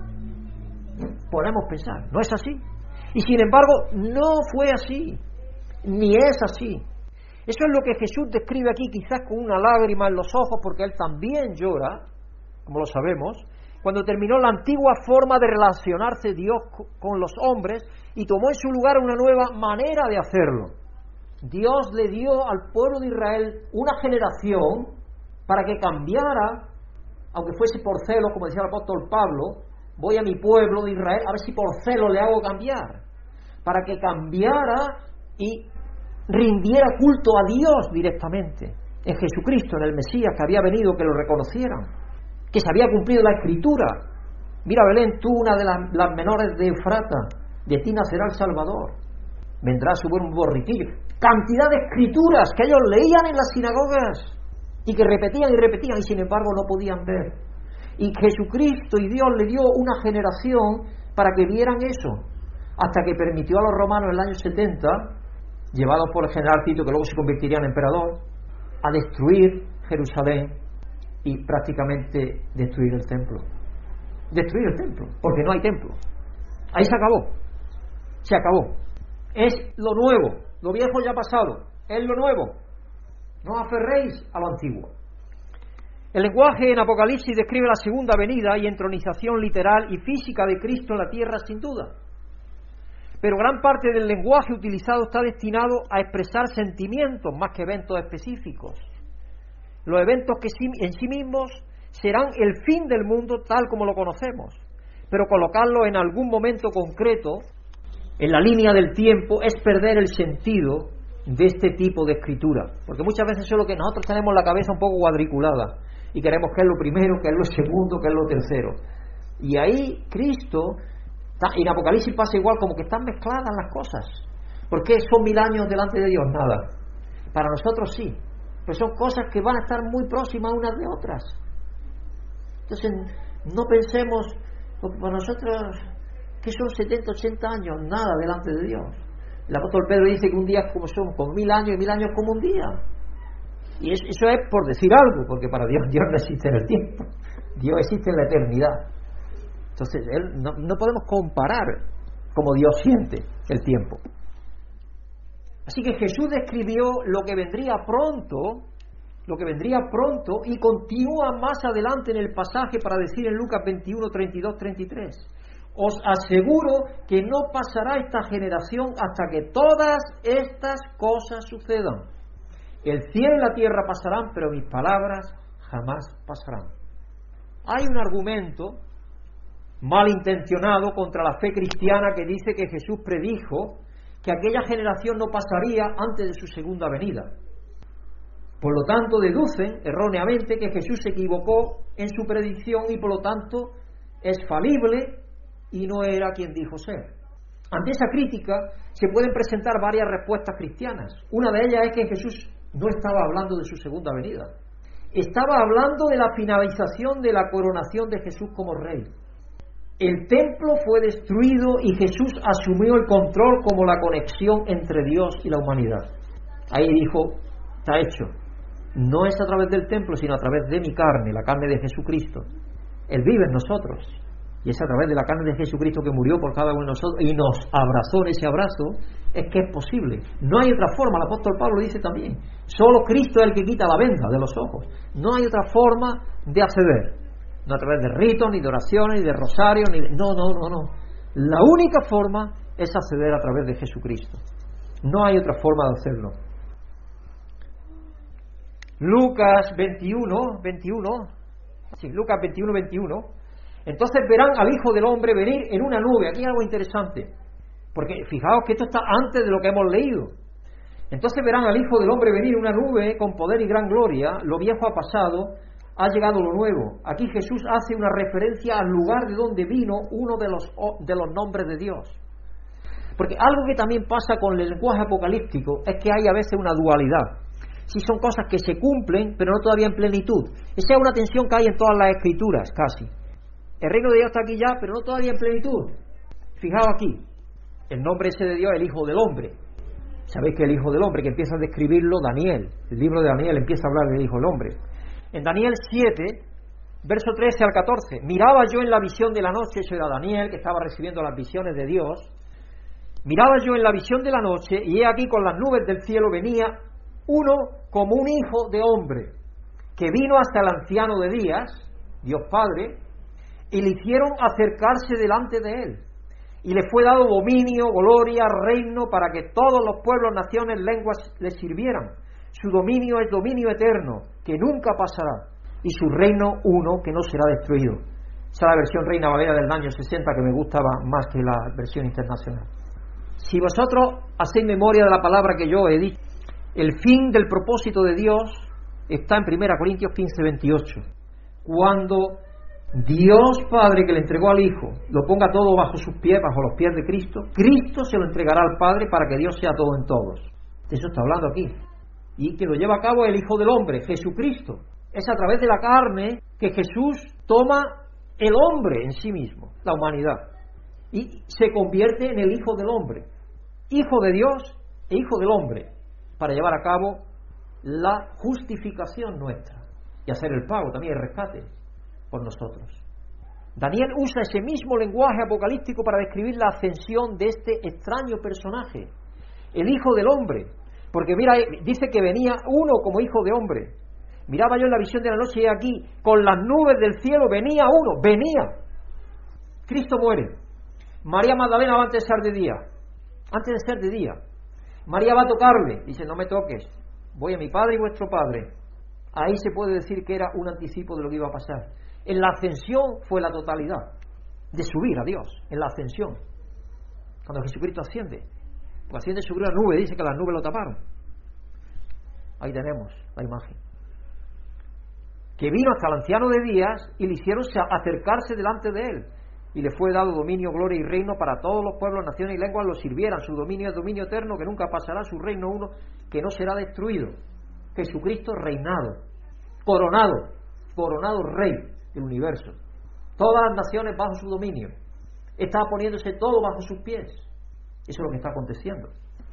podemos pensar, no es así. Y sin embargo, no fue así, ni es así. Eso es lo que Jesús describe aquí, quizás con una lágrima en los ojos, porque Él también llora, como lo sabemos, cuando terminó la antigua forma de relacionarse Dios con los hombres y tomó en su lugar una nueva manera de hacerlo. Dios le dio al pueblo de Israel una generación para que cambiara, aunque fuese por celo, como decía el apóstol Pablo, voy a mi pueblo de Israel a ver si por celo le hago cambiar, para que cambiara y rindiera culto a Dios directamente, en Jesucristo, en el Mesías que había venido, que lo reconocieran, que se había cumplido la Escritura. Mira, Belén, tú, una de las, las menores de Efrata, de ti nacerá el Salvador, vendrá a subir un borriquillo. Cantidad de escrituras que ellos leían en las sinagogas y que repetían y repetían y sin embargo no podían ver. Y Jesucristo y Dios le dio una generación para que vieran eso, hasta que permitió a los romanos en el año setenta, llevados por el general Tito, que luego se convertiría en emperador, a destruir Jerusalén y prácticamente destruir el templo. Destruir el templo, porque no hay templo. Ahí se acabó. Se acabó. Es lo nuevo. Lo viejo ya ha pasado. Es lo nuevo. No os aferréis a lo antiguo. El lenguaje en Apocalipsis describe la segunda venida y entronización literal y física de Cristo en la tierra, sin duda. Pero gran parte del lenguaje utilizado está destinado a expresar sentimientos más que eventos específicos. Los eventos que en sí mismos serán el fin del mundo tal como lo conocemos, pero colocarlo en algún momento concreto, en la línea del tiempo, es perder el sentido de este tipo de escritura, porque muchas veces eso es lo que nosotros tenemos la cabeza un poco cuadriculada y queremos que es lo primero, que es lo segundo, que es lo tercero. Y ahí Cristo... En Apocalipsis pasa igual, como que están mezcladas las cosas. ¿Por qué son mil años delante de Dios? Nada. Para nosotros sí, pero son cosas que van a estar muy próximas unas de otras. Entonces no pensemos, porque para nosotros, que son setenta, ochenta años, nada delante de Dios. El apóstol Pedro dice que un día es como son, con mil años, y mil años como un día. Y eso es por decir algo, porque para Dios, Dios no existe en el tiempo, Dios existe en la eternidad. Entonces, él, no, no podemos comparar como Dios siente el tiempo. Así que Jesús describió lo que vendría pronto, lo que vendría pronto, y continúa más adelante en el pasaje para decir en Lucas veintiuno, treinta y dos, treinta y tres: os aseguro que no pasará esta generación hasta que todas estas cosas sucedan. El cielo y la tierra pasarán, pero mis palabras jamás pasarán. Hay un argumento malintencionado contra la fe cristiana que dice que Jesús predijo que aquella generación no pasaría antes de su segunda venida. Por lo tanto, deducen erróneamente que Jesús se equivocó en su predicción y por lo tanto es falible y no era quien dijo ser. Ante esa crítica se pueden presentar varias respuestas cristianas. Una de ellas es que Jesús no estaba hablando de su segunda venida. Estaba hablando de la finalización de la coronación de Jesús como rey. El templo fue destruido y Jesús asumió el control como la conexión entre Dios y la humanidad. Ahí dijo, está hecho. No es a través del templo, sino a través de mi carne, la carne de Jesucristo. Él vive en nosotros. Y es a través de la carne de Jesucristo que murió por cada uno de nosotros y nos abrazó en ese abrazo, es que es posible. No hay otra forma, el apóstol Pablo dice también, solo Cristo es el que quita la venda de los ojos. No hay otra forma de acceder. No a través de ritos, ni de oraciones, ni de rosarios, ni de... No, no, no, no. La única forma es acceder a través de Jesucristo. No hay otra forma de hacerlo. Lucas veintiuno, veintiuno, sí, Lucas veintiuno, veintiuno. Entonces verán al Hijo del Hombre venir en una nube. Aquí hay algo interesante, porque fijaos que esto está antes de lo que hemos leído. Entonces verán al Hijo del Hombre venir en una nube con poder y gran gloria. Lo viejo ha pasado, ha llegado lo nuevo. Aquí Jesús hace una referencia al lugar de donde vino uno de los, de los nombres de Dios. Porque algo que también pasa con el lenguaje apocalíptico es que hay a veces una dualidad. Sí, son cosas que se cumplen, pero no todavía en plenitud. Esa es una tensión que hay en todas las escrituras, casi. El reino de Dios está aquí ya, pero no todavía en plenitud. Fijaos aquí, el nombre ese de Dios es el Hijo del Hombre. Sabéis que el Hijo del Hombre, que empieza a describirlo Daniel, el libro de Daniel empieza a hablar del Hijo del Hombre. En Daniel siete, verso trece al catorce, miraba yo en la visión de la noche, eso era Daniel, que estaba recibiendo las visiones de Dios, miraba yo en la visión de la noche, y he aquí con las nubes del cielo venía uno como un hijo de hombre, que vino hasta el anciano de días, Dios Padre, y le hicieron acercarse delante de él. Y le fue dado dominio, gloria, reino, para que todos los pueblos, naciones, lenguas le sirvieran. Su dominio es dominio eterno, que nunca pasará, y su reino uno, que no será destruido. Esa es la versión Reina Valera del año sesenta, que me gustaba más que la versión internacional. Si vosotros hacéis memoria de la palabra que yo he dicho, el fin del propósito de Dios está en primera Corintios quince, veintiocho. Cuando Dios Padre, que le entregó al Hijo, lo ponga todo bajo sus pies, bajo los pies de Cristo, Cristo se lo entregará al Padre para que Dios sea todo en todos. De eso está hablando aquí. Y que lo lleva a cabo el Hijo del Hombre, Jesucristo. Es a través de la carne que Jesús toma el hombre en sí mismo, la humanidad, y se convierte en el Hijo del Hombre, Hijo de Dios e Hijo del Hombre, para llevar a cabo la justificación nuestra y hacer el pago, también el rescate por nosotros. Daniel usa ese mismo lenguaje apocalíptico para describir la ascensión de este extraño personaje, el Hijo del Hombre, porque mira, dice que venía uno como Hijo de Hombre. Miraba yo en la visión de la noche y aquí, con las nubes del cielo venía uno, venía. Cristo muere. María Magdalena va antes de ser de día, antes de ser de día. María va a tocarle, dice, no me toques, voy a mi Padre y vuestro Padre. Ahí se puede decir que era un anticipo de lo que iba a pasar. En la ascensión fue la totalidad de subir a Dios, en la ascensión, cuando Jesucristo asciende. Cuando asciende sobre una nube, dice que las nubes lo taparon. Ahí tenemos la imagen. Que vino hasta el anciano de días y le hicieron acercarse delante de él. Y le fue dado dominio, gloria y reino para todos los pueblos, naciones y lenguas lo sirvieran. Su dominio es dominio eterno que nunca pasará, su reino uno que no será destruido. Jesucristo reinado, coronado, coronado rey del universo. Todas las naciones bajo su dominio. Está poniéndose todo bajo sus pies. Eso es lo que está aconteciendo.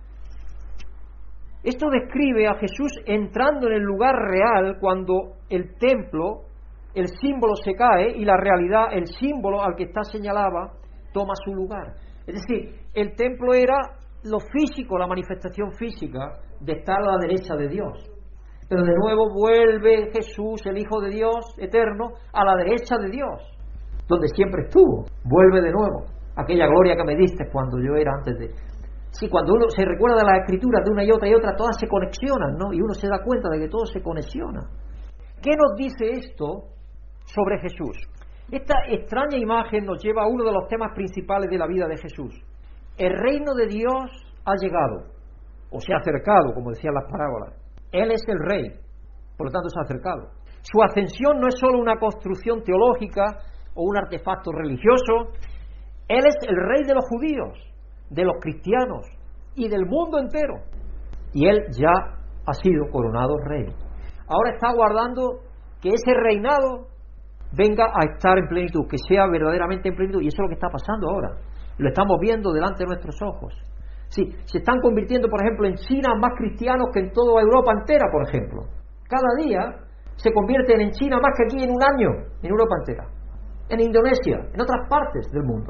Esto describe a Jesús entrando en el lugar real cuando el templo, el símbolo se cae y la realidad, el símbolo al que está señalaba, toma su lugar. Es decir, el templo era lo físico, la manifestación física de estar a la derecha de Dios. Pero de nuevo vuelve Jesús, el Hijo de Dios eterno, a la derecha de Dios, donde siempre estuvo. Vuelve de nuevo. Aquella gloria que me diste cuando yo era antes de... Sí, cuando uno se recuerda de las escrituras de una y otra y otra, todas se conexionan, ¿no? Y uno se da cuenta de que todo se conexiona. ¿Qué nos dice esto sobre Jesús? Esta extraña imagen nos lleva a uno de los temas principales de la vida de Jesús. El reino de Dios ha llegado, o se ha acercado, como decían las parábolas. Él es el rey, por lo tanto se ha acercado. Su ascensión no es solo una construcción teológica o un artefacto religioso. Él es el rey de los judíos, de los cristianos y del mundo entero. Y él ya ha sido coronado rey. Ahora está aguardando que ese reinado venga a estar en plenitud, que sea verdaderamente en plenitud. Y eso es lo que está pasando ahora. Lo estamos viendo delante de nuestros ojos. Sí, se están convirtiendo, por ejemplo, en China más cristianos que en toda Europa entera, por ejemplo. Cada día se convierten en China más que aquí en un año, en Europa entera. En Indonesia, en otras partes del mundo.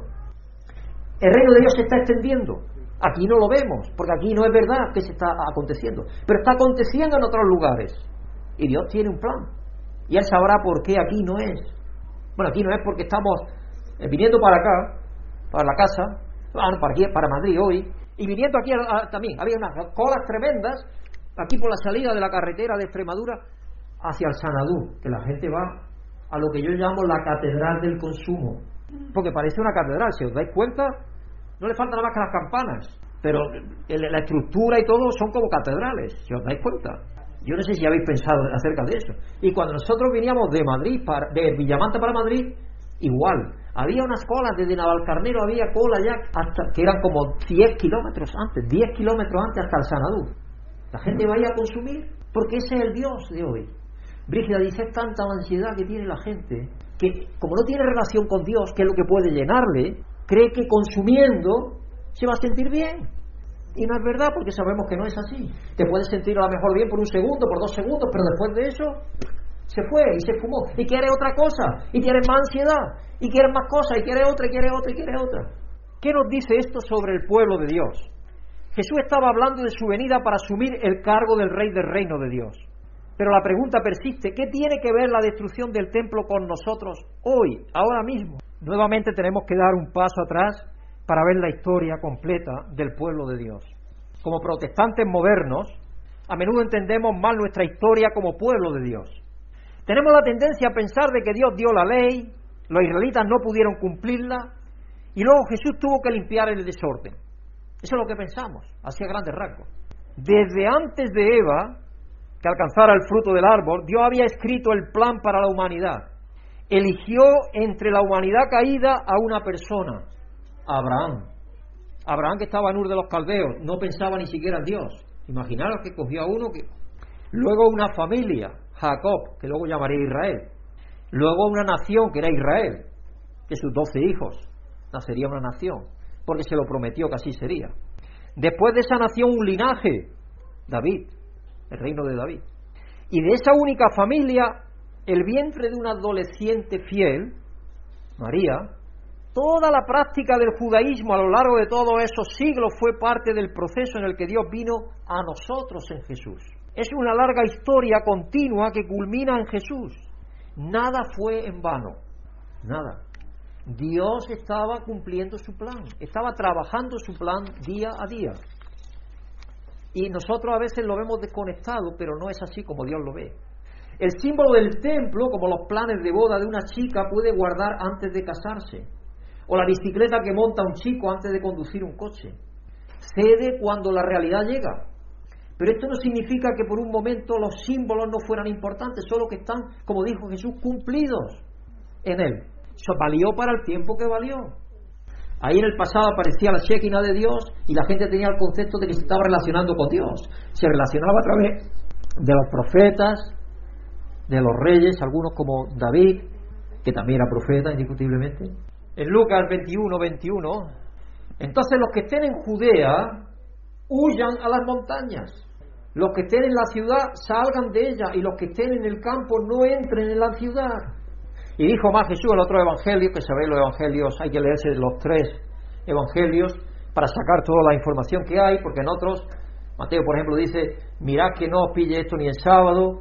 El reino de Dios se está extendiendo. Aquí no lo vemos, porque aquí no es verdad que se está aconteciendo, pero está aconteciendo en otros lugares. Y Dios tiene un plan. Y Él sabrá por qué aquí no es. Bueno, aquí no es porque estamos viniendo para acá, para la casa, para aquí, para Madrid hoy, y viniendo aquí a, a, también. Había unas colas tremendas aquí por la salida de la carretera de Extremadura hacia el Sanadú, que la gente va a lo que yo llamo la catedral del consumo. Porque parece una catedral, si os dais cuenta, no le falta nada más que las campanas, pero la estructura y todo son como catedrales, si os dais cuenta. Yo no sé si habéis pensado acerca de eso. Y cuando nosotros veníamos de Madrid, para, de Villamanta para Madrid, igual. Había unas colas, desde Navalcarnero había cola ya, hasta que eran como diez kilómetros antes, diez kilómetros antes hasta el Sanadú. La gente va a ir a consumir, porque ese es el Dios de hoy. Brígida dice, es tanta la ansiedad que tiene la gente, que como no tiene relación con Dios, que es lo que puede llenarle, cree que consumiendo se va a sentir bien. Y no es verdad, porque sabemos que no es así. Te puedes sentir a lo mejor bien por un segundo, por dos segundos, pero después de eso se fue y se fumó. Y quiere otra cosa, y tienes más ansiedad, y quieres más cosas, y quiere otra, y quiere otra, y quiere otra. ¿Qué nos dice esto sobre el pueblo de Dios? Jesús estaba hablando de su venida para asumir el cargo del Rey del reino de Dios. Pero la pregunta persiste, ¿qué tiene que ver la destrucción del templo con nosotros hoy, ahora mismo? Nuevamente tenemos que dar un paso atrás para ver la historia completa del pueblo de Dios. Como protestantes modernos, a menudo entendemos mal nuestra historia como pueblo de Dios. Tenemos la tendencia a pensar de que Dios dio la ley, los israelitas no pudieron cumplirla, y luego Jesús tuvo que limpiar el desorden. Eso es lo que pensamos, así a grandes rasgos. Desde antes de Eva, que alcanzara el fruto del árbol, Dios había escrito el plan para la humanidad. Eligió entre la humanidad caída a una persona, Abraham. Abraham, que estaba en Ur de los Caldeos, no pensaba ni siquiera en Dios. Imaginaros que cogió a uno que... Luego una familia, Jacob, que luego llamaría Israel. Luego una nación, que era Israel, que sus doce hijos, nacería una nación, porque se lo prometió que así sería. Después de esa nación un linaje, David, el reino de David. Y de esa única familia, el vientre de una adolescente fiel, María. Toda la práctica del judaísmo a lo largo de todos esos siglos fue parte del proceso en el que Dios vino a nosotros en Jesús. Es una larga historia continua que culmina en Jesús. Nada fue en vano, nada. Dios estaba cumpliendo su plan, estaba trabajando su plan día a día. Y nosotros a veces lo vemos desconectado, pero no es así como Dios lo ve. El símbolo del templo, como los planes de boda de una chica, puede guardar antes de casarse. O la bicicleta que monta un chico antes de conducir un coche. Cede cuando la realidad llega. Pero esto no significa que por un momento los símbolos no fueran importantes, solo que están, como dijo Jesús, cumplidos en él. Eso valió para el tiempo que valió. Ahí en el pasado aparecía la Shekinah de Dios y la gente tenía el concepto de que se estaba relacionando con Dios. Se relacionaba a través de los profetas, de los reyes, algunos como David, que también era profeta indiscutiblemente. En Lucas veintiuno, veintiuno, entonces los que estén en Judea huyan a las montañas, los que estén en la ciudad salgan de ella, y los que estén en el campo no entren en la ciudad. Y dijo más Jesús en el otro evangelio, que sabéis los evangelios, hay que leerse los tres evangelios para sacar toda la información que hay, porque en otros, Mateo por ejemplo dice, mirad que no os pille esto ni en sábado,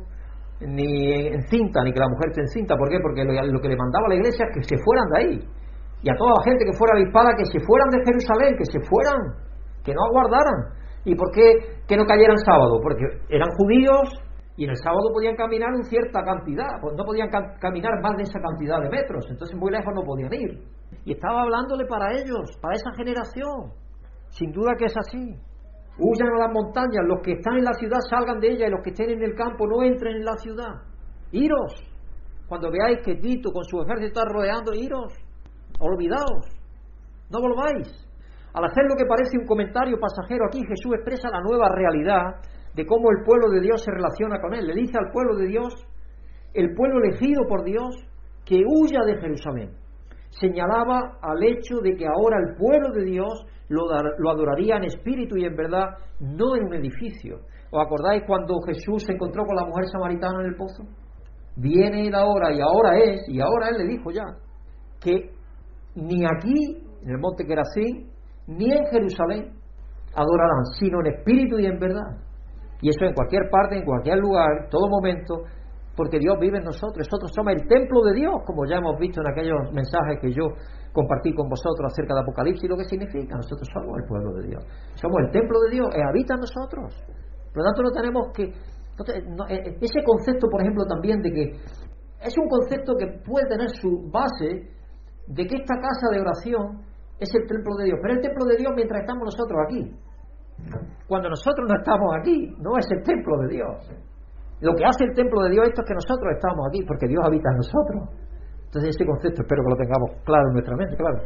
ni en cinta, ni que la mujer esté encinta. ¿Por qué? Porque lo, lo que le mandaba a la iglesia es que se fueran de ahí. Y a toda la gente que fuera avispada, que se fueran de Jerusalén, que se fueran, que no aguardaran. ¿Y por qué que no cayeran sábado? Porque eran judíos y en el sábado podían caminar una cierta cantidad, pues no podían cam- caminar más de esa cantidad de metros, entonces muy lejos no podían ir. Y estaba hablándole para ellos, para esa generación. Sin duda que es así. Huyan a las montañas, los que están en la ciudad salgan de ella, y los que estén en el campo no entren en la ciudad. Iros. Cuando veáis que Tito con su ejército está rodeando, iros. Olvidaos, no volváis. Al hacer lo que parece un comentario pasajero aquí, Jesús expresa la nueva realidad de cómo el pueblo de Dios se relaciona con él. Le dice al pueblo de Dios, el pueblo elegido por Dios, que huya de Jerusalén. Señalaba al hecho de que ahora el pueblo de Dios lo, dar, lo adoraría en espíritu y en verdad, no en un edificio. ¿Os acordáis cuando Jesús se encontró con la mujer samaritana en el pozo? Viene la hora, y ahora es, y ahora él le dijo ya, que ni aquí, en el monte Gerazín, ni en Jerusalén adorarán, sino en espíritu y en verdad. Y eso en cualquier parte, en cualquier lugar, en todo momento, porque Dios vive en nosotros. Nosotros somos el templo de Dios, como ya hemos visto en aquellos mensajes que yo compartí con vosotros acerca de Apocalipsis y lo que significa. Nosotros somos el pueblo de Dios, somos el templo de Dios, y habita en nosotros. Por lo tanto, no tenemos que... No te, no, ese concepto, por ejemplo, también de que es un concepto que puede tener su base de que esta casa de oración es el templo de Dios, pero el templo de Dios mientras estamos nosotros aquí. Cuando nosotros no estamos aquí, no es el templo de Dios. Lo que hace el templo de Dios esto es que nosotros estamos aquí, porque Dios habita en nosotros. Entonces ese concepto espero que lo tengamos claro en nuestra mente, claro.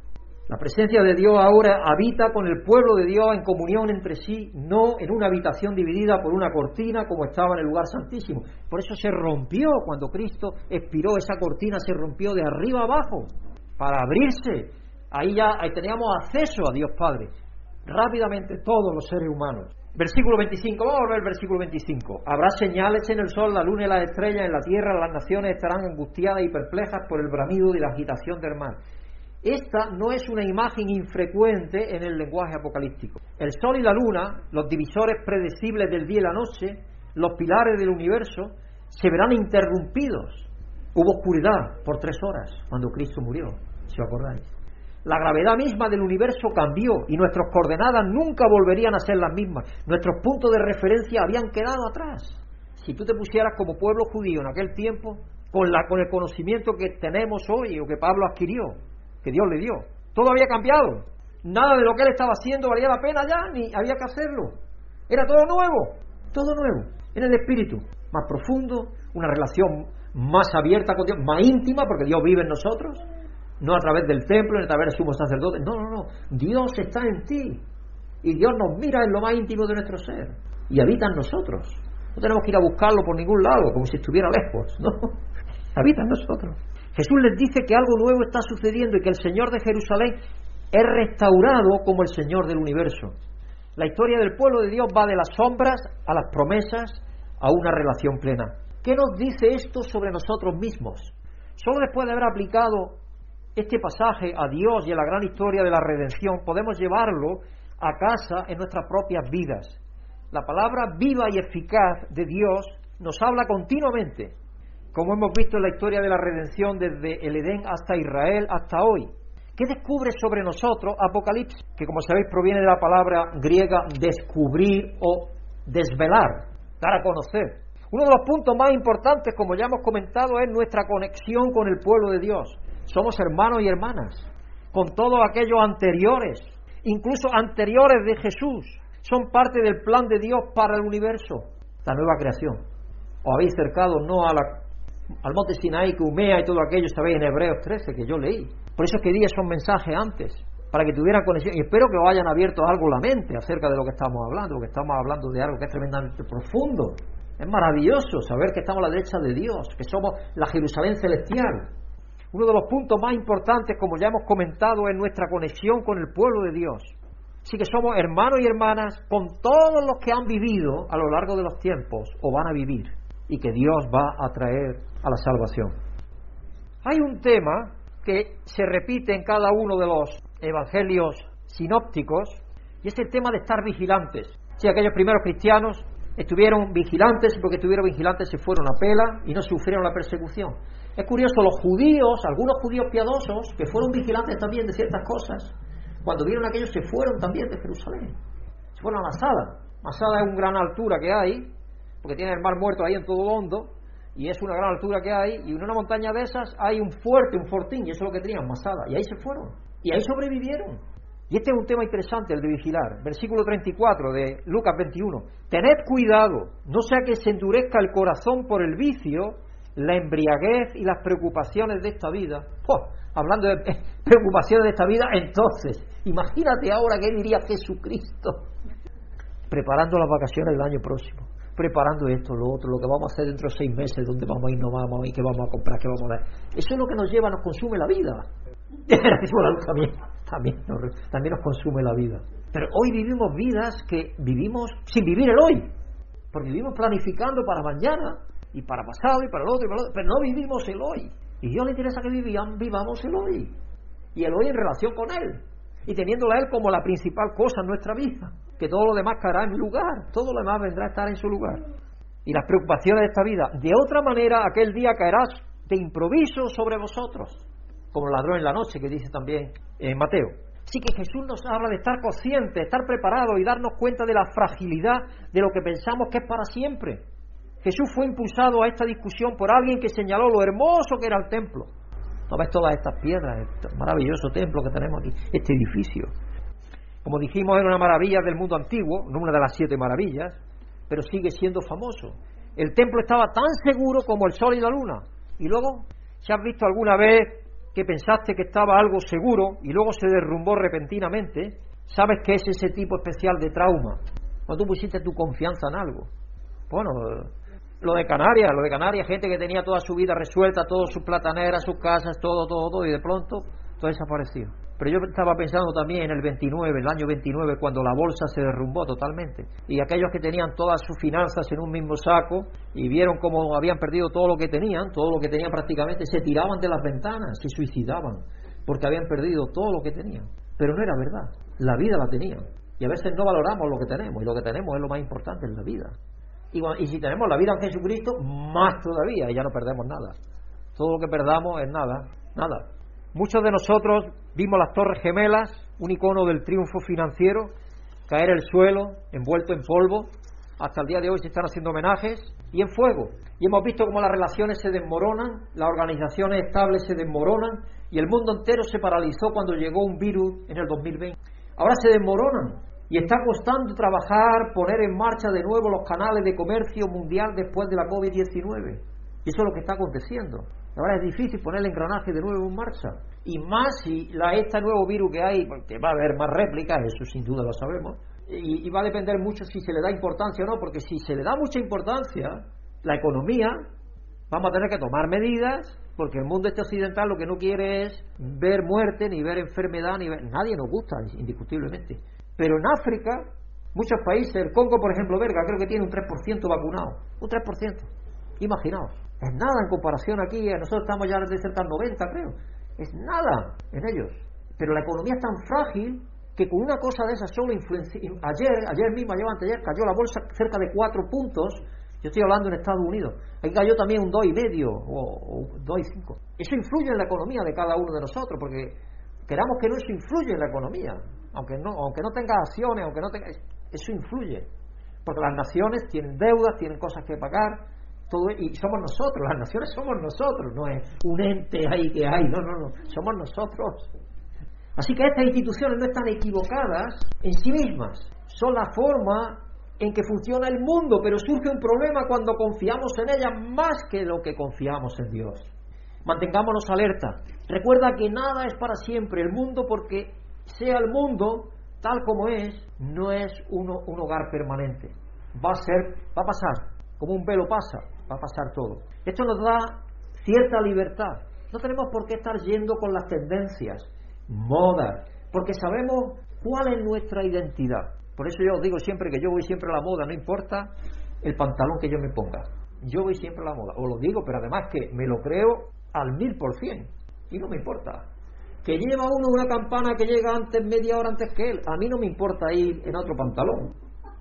La presencia de Dios ahora habita con el pueblo de Dios en comunión entre sí, no en una habitación dividida por una cortina como estaba en el lugar santísimo. Por eso se rompió cuando Cristo expiró, esa cortina se rompió de arriba abajo para abrirse. Ahí ya ahí teníamos acceso a Dios Padre, rápidamente todos los seres humanos. Versículo veinticinco, vamos a ver el versículo veinticinco. Habrá señales en el sol, la luna y las estrellas, en la tierra las naciones estarán angustiadas y perplejas por el bramido y la agitación del mar. Esta no es una imagen infrecuente en el lenguaje apocalíptico. El sol y la luna, los divisores predecibles del día y la noche, los pilares del universo, se verán interrumpidos. Hubo oscuridad por tres horas cuando Cristo murió, si os acordáis. La gravedad misma del universo cambió y nuestras coordenadas nunca volverían a ser las mismas. Nuestros puntos de referencia habían quedado atrás. Si tú te pusieras como pueblo judío en aquel tiempo, con, la, con el conocimiento que tenemos hoy o que Pablo adquirió, que Dios le dio, todo había cambiado. Nada de lo que él estaba haciendo valía la pena ya, ni había que hacerlo. Era todo nuevo, todo nuevo, en el espíritu, más profundo, una relación más abierta con Dios, más íntima, porque Dios vive en nosotros. No a través del templo, ni a través del sumo sacerdote. No, no, no. Dios está en ti. Y Dios nos mira en lo más íntimo de nuestro ser. Y habita en nosotros. No tenemos que ir a buscarlo por ningún lado, como si estuviera lejos. No. Habita en nosotros. Jesús les dice que algo nuevo está sucediendo y que el Señor de Jerusalén es restaurado como el Señor del universo. La historia del pueblo de Dios va de las sombras a las promesas a una relación plena. ¿Qué nos dice esto sobre nosotros mismos? Solo después de haber aplicado este pasaje a Dios y a la gran historia de la redención, podemos llevarlo a casa en nuestras propias vidas. La palabra viva y eficaz de Dios nos habla continuamente, como hemos visto en la historia de la redención desde el Edén hasta Israel hasta hoy. ¿Qué descubre sobre nosotros Apocalipsis? Que, como sabéis, proviene de la palabra griega descubrir o desvelar, dar a conocer. Uno de los puntos más importantes, como ya hemos comentado, es nuestra conexión con el pueblo de Dios. Somos hermanos y hermanas, con todos aquellos anteriores, incluso anteriores de Jesús, son parte del plan de Dios para el universo, la nueva creación. Os habéis acercado no a la, al monte Sinaí, que humea y todo aquello, sabéis, en Hebreos trece, que yo leí. Por eso es que di esos mensajes antes, para que tuvieran conexión, y espero que os hayan abierto algo la mente acerca de lo que estamos hablando, porque estamos hablando de algo que es tremendamente profundo. Es maravilloso saber que estamos a la derecha de Dios, que somos la Jerusalén celestial. Uno de los puntos más importantes, como ya hemos comentado, es nuestra conexión con el pueblo de Dios. Así que somos hermanos y hermanas con todos los que han vivido a lo largo de los tiempos o van a vivir, y que Dios va a traer a la salvación. Hay un tema que se repite en cada uno de los evangelios sinópticos, y es el tema de estar vigilantes. Si aquellos primeros cristianos estuvieron vigilantes, y porque estuvieron vigilantes se fueron a pela y no sufrieron la persecución. Es curioso, los judíos, algunos judíos piadosos, que fueron vigilantes también de ciertas cosas, cuando vieron aquello se fueron también de Jerusalén. Se fueron a Masada. Masada es una gran altura que hay, porque tiene el mar muerto ahí en todo lo hondo, y es una gran altura que hay, y en una montaña de esas hay un fuerte, un fortín, y eso es lo que tenían, Masada, y ahí se fueron, y ahí sobrevivieron. Y este es un tema interesante, el de vigilar. Versículo treinta y cuatro de Lucas veintiuno. Tened cuidado, no sea que se endurezca el corazón por el vicio, la embriaguez y las preocupaciones de esta vida. ¡Oh! Hablando de preocupaciones de esta vida, entonces, imagínate ahora qué diría Jesucristo. Preparando las vacaciones del año próximo, preparando esto, lo otro, lo que vamos a hacer dentro de seis meses, dónde vamos a ir, no vamos a ir, qué vamos a comprar, qué vamos a dar. Eso es lo que nos lleva, nos consume la vida. también, también, nos, también nos consume la vida. Pero hoy vivimos vidas que vivimos sin vivir el hoy, porque vivimos planificando para mañana, y para pasado, y para el otro, y para el otro, pero no vivimos el hoy. Y a Dios le interesa que vivían, vivamos el hoy, y el hoy en relación con Él, y teniéndolo a Él como la principal cosa en nuestra vida, que todo lo demás caerá en lugar, todo lo demás vendrá a estar en su lugar. Y las preocupaciones de esta vida, de otra manera, aquel día caerá de improviso sobre vosotros, como el ladrón en la noche, que dice también en Mateo. Así que Jesús nos habla de estar conscientes, estar preparados y darnos cuenta de la fragilidad de lo que pensamos que es para siempre. Jesús fue impulsado a esta discusión por alguien que señaló lo hermoso que era el templo. ¿No ves todas estas piedras, este maravilloso templo que tenemos aquí, este edificio? Como dijimos, era una maravilla del mundo antiguo, no una de las siete maravillas, pero sigue siendo famoso. el templo estaba tan seguro como el sol y la luna. Y luego, si has visto alguna vez que pensaste que estaba algo seguro y luego se derrumbó repentinamente, sabes que es ese tipo especial de trauma, cuando tú pusiste tu confianza en algo. Bueno, lo de Canarias, lo de Canarias, gente que tenía toda su vida resuelta, todas sus plataneras, sus casas, todo, todo, todo, y de pronto todo desapareció. Pero yo estaba pensando también en el veintinueve, el año veintinueve, cuando la bolsa se derrumbó totalmente, y aquellos que tenían todas sus finanzas en un mismo saco y vieron cómo habían perdido todo lo que tenían, todo lo que tenían prácticamente, se tiraban de las ventanas, se suicidaban, porque habían perdido todo lo que tenían. Pero no era verdad, la vida la tenían, y a veces no valoramos lo que tenemos, y lo que tenemos es lo más importante en la vida. Y, y si tenemos la vida en Jesucristo, más todavía, y ya no perdemos nada. Todo lo que perdamos es nada, nada. Muchos de nosotros vimos las Torres Gemelas, un icono del triunfo financiero, caer al suelo, envuelto en polvo. Hasta el día de hoy se están haciendo homenajes, y en fuego. Y hemos visto cómo las relaciones se desmoronan, las organizaciones estables se desmoronan, y el mundo entero se paralizó cuando llegó un virus en el dos mil veinte. Ahora se desmoronan, y está costando trabajar, poner en marcha de nuevo los canales de comercio mundial después de la covid diecinueve. Y eso es lo que está aconteciendo. Ahora es difícil poner el engranaje de nuevo en marcha. Y más si la, este nuevo virus que hay, porque va a haber más réplicas, eso sin duda lo sabemos, y, y va a depender mucho si se le da importancia o no, porque si se le da mucha importancia, la economía, vamos a tener que tomar medidas, porque el mundo este occidental lo que no quiere es ver muerte, ni ver enfermedad, ni ver... Nadie nos gusta, indiscutiblemente. Pero en África, muchos países, el Congo, por ejemplo, Berga, creo que tiene un tres por ciento vacunado. Un tres por ciento. Imaginaos. Es nada en comparación aquí, nosotros estamos ya de cerca del noventa, creo. Es nada en ellos. Pero la economía es tan frágil que con una cosa de esas solo influencia. Ayer, ayer mismo, ayer anteayer, cayó la bolsa cerca de cuatro puntos. Yo estoy hablando en Estados Unidos. Ahí cayó también un dos y medio o, o dos y cinco. Eso influye en la economía de cada uno de nosotros, porque queramos que no, eso influye en la economía. Aunque no, aunque no tenga acciones, aunque no tenga, eso influye. Porque las naciones tienen deudas, tienen cosas que pagar. Todo, y somos nosotros, las naciones somos nosotros, no es un ente ahí que hay, no, no, no, somos nosotros. Así que estas instituciones no están equivocadas en sí mismas, son la forma en que funciona el mundo, pero surge un problema cuando confiamos en ellas más que lo que confiamos en Dios. Mantengámonos alerta, recuerda que nada es para siempre, el mundo, porque sea el mundo tal como es, no es uno, un hogar permanente, va a ser, va a pasar. Como un velo pasa, va a pasar todo. Esto nos da cierta libertad. No tenemos por qué estar yendo con las tendencias, modas, porque sabemos cuál es nuestra identidad. Por eso yo os digo siempre que yo voy siempre a la moda, no importa el pantalón que yo me ponga. Yo voy siempre a la moda. Os lo digo, pero además que me lo creo al mil por cien. Y no me importa. Que lleva uno una campana que llega antes, media hora antes que él, a mí no me importa ir en otro pantalón.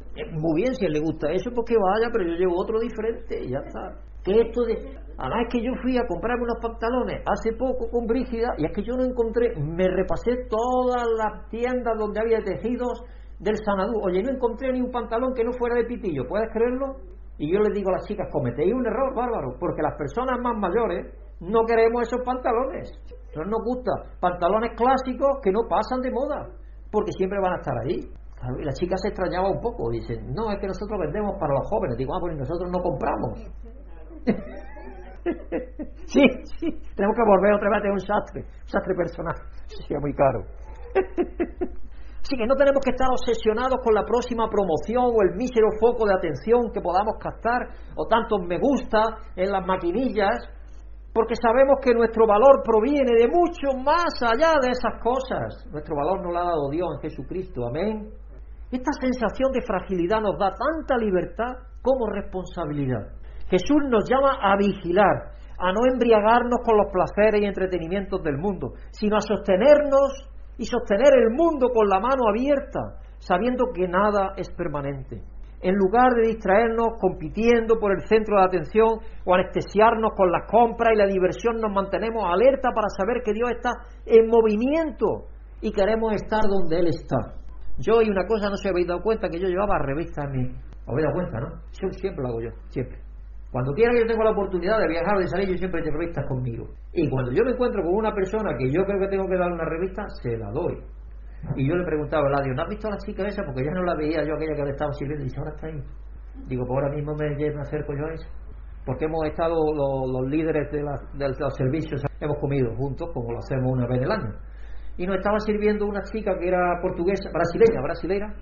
Muy bien, si a él le gusta eso, pues que vaya, pero yo llevo otro diferente y ya está. Que esto de... Además es que yo fui a comprarme unos pantalones hace poco con Brígida y es que yo no encontré, me repasé todas las tiendas donde había tejidos del Sanadú. Oye, no encontré ni un pantalón que no fuera de pitillo, ¿puedes creerlo? Y yo les digo a las chicas, cometéis un error bárbaro, porque las personas más mayores no queremos esos pantalones. No nos gusta pantalones clásicos que no pasan de moda, porque siempre van a estar ahí. Claro, y la chica se extrañaba un poco, dice, no, es que nosotros vendemos para los jóvenes. Digo, ah, pues nosotros no compramos. sí, sí, tenemos que volver otra vez a tener un sastre, un sastre personal, sería muy caro. Así que no tenemos que estar obsesionados con la próxima promoción o el mísero foco de atención que podamos captar, o tantos me gusta en las maquinillas, porque sabemos que nuestro valor proviene de mucho más allá de esas cosas. Nuestro valor nos lo ha dado Dios en Jesucristo, amén. Esta sensación de fragilidad nos da tanta libertad como responsabilidad. Jesús nos llama a vigilar, a no embriagarnos con los placeres y entretenimientos del mundo, sino a sostenernos y sostener el mundo con la mano abierta, sabiendo que nada es permanente. En lugar de distraernos compitiendo por el centro de atención o anestesiarnos con las compras y la diversión, nos mantenemos alerta para saber que Dios está en movimiento y queremos estar donde Él está. Yo, y una cosa no se habéis dado cuenta, que yo llevaba revistas en mi... ¿Os habéis dado cuenta, no? Yo siempre lo hago yo, siempre. Cuando quiera que yo tenga la oportunidad de viajar o de salir, yo siempre tengo revistas conmigo. Y cuando yo me encuentro con una persona que yo creo que tengo que darle una revista, se la doy. Y yo le preguntaba a Eladio, ¿no has visto a la chica esa? Porque ya no la veía yo, aquella que le estaba sirviendo, y dice, ahora está ahí. Digo, pues ahora mismo me, me acerco yo a eso. Porque hemos estado, los, los líderes de, la, de los servicios, hemos comido juntos, como lo hacemos una vez en el año. Y nos estaba sirviendo una chica que era portuguesa, brasileña, brasilera.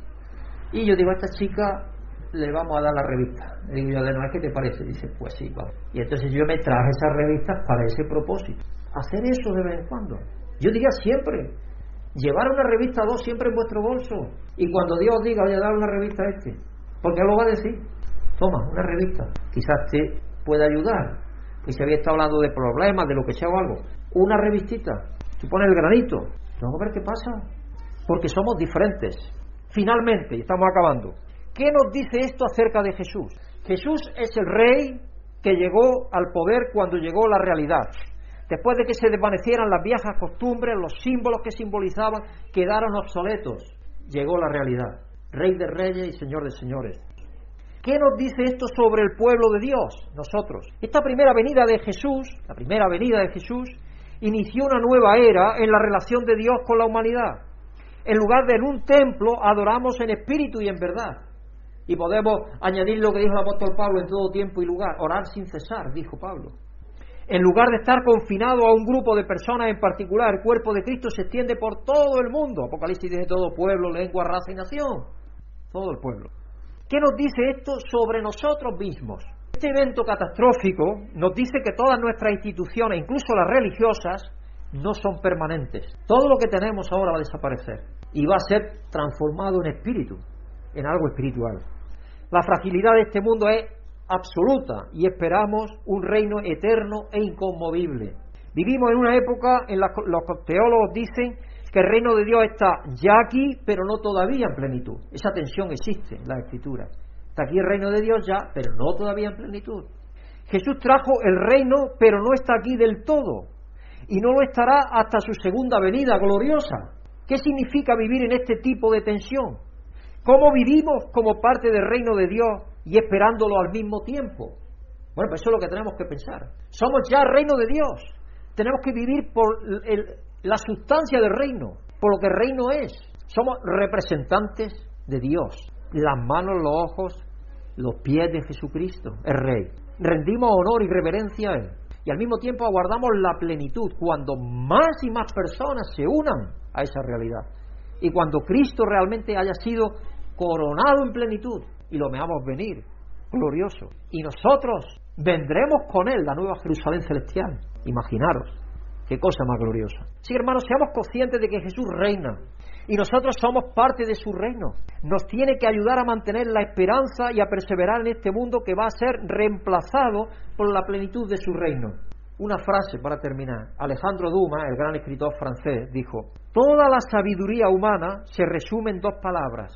Y yo digo, a esta chica le vamos a dar la revista. Le digo yo, ¿no es qué te parece? Dice, pues sí, vamos. Y entonces yo me traje esas revistas para ese propósito. Hacer eso de vez en cuando. Yo diría siempre, llevar una revista o dos siempre en vuestro bolso. Y cuando Dios diga, oye, dar una revista a este, porque Él lo va a decir. Toma, una revista. Quizás te pueda ayudar. Y si había estado hablando de problemas, de lo que sea o algo. Una revistita. Tú pones el granito. Vamos a ver qué pasa. Porque somos diferentes. Finalmente, y estamos acabando. ¿Qué nos dice esto acerca de Jesús? Jesús es el Rey que llegó al poder cuando llegó la realidad. Después de que se desvanecieran las viejas costumbres, los símbolos que simbolizaban quedaron obsoletos. Llegó la realidad. Rey de reyes y Señor de señores. ¿Qué nos dice esto sobre el pueblo de Dios? Nosotros. Esta primera venida de Jesús, la primera venida de Jesús, inició una nueva era en la relación de Dios con la humanidad. En lugar de en un templo, adoramos en espíritu y en verdad. Y podemos añadir lo que dijo el apóstol Pablo en todo tiempo y lugar. Orar sin cesar, dijo Pablo. En lugar de estar confinado a un grupo de personas en particular, el cuerpo de Cristo se extiende por todo el mundo. Apocalipsis dice todo pueblo, lengua, raza y nación. Todo el pueblo. ¿Qué nos dice esto sobre nosotros mismos? Este evento catastrófico nos dice que todas nuestras instituciones, incluso las religiosas, no son permanentes. Todo lo que tenemos ahora va a desaparecer y va a ser transformado en espíritu, en algo espiritual. La fragilidad de este mundo es absoluta y esperamos un reino eterno e inconmovible. Vivimos en una época en la que los teólogos dicen que el reino de Dios está ya aquí, pero no todavía en plenitud. Esa tensión existe en la Escritura. Está aquí el reino de Dios ya, pero no todavía en plenitud. Jesús trajo el reino, pero no está aquí del todo. Y no lo estará hasta su segunda venida gloriosa. ¿Qué significa vivir en este tipo de tensión? ¿Cómo vivimos como parte del reino de Dios y esperándolo al mismo tiempo? Bueno, pues eso es lo que tenemos que pensar. Somos ya el reino de Dios. Tenemos que vivir por el, la sustancia del reino, por lo que el reino es. Somos representantes de Dios. Las manos, los ojos, los pies de Jesucristo, el Rey. Rendimos honor y reverencia a Él. Y al mismo tiempo aguardamos la plenitud, cuando más y más personas se unan a esa realidad. Y cuando Cristo realmente haya sido coronado en plenitud y lo veamos venir, glorioso. Y nosotros vendremos con Él, la nueva Jerusalén celestial. Imaginaros, qué cosa más gloriosa. Sí, hermanos, seamos conscientes de que Jesús reina y nosotros somos parte de su reino. Nos tiene que ayudar a mantener la esperanza y a perseverar en este mundo que va a ser reemplazado por la plenitud de su reino. Una frase para terminar. Alejandro Dumas, el gran escritor francés, dijo: toda la sabiduría humana se resume en dos palabras: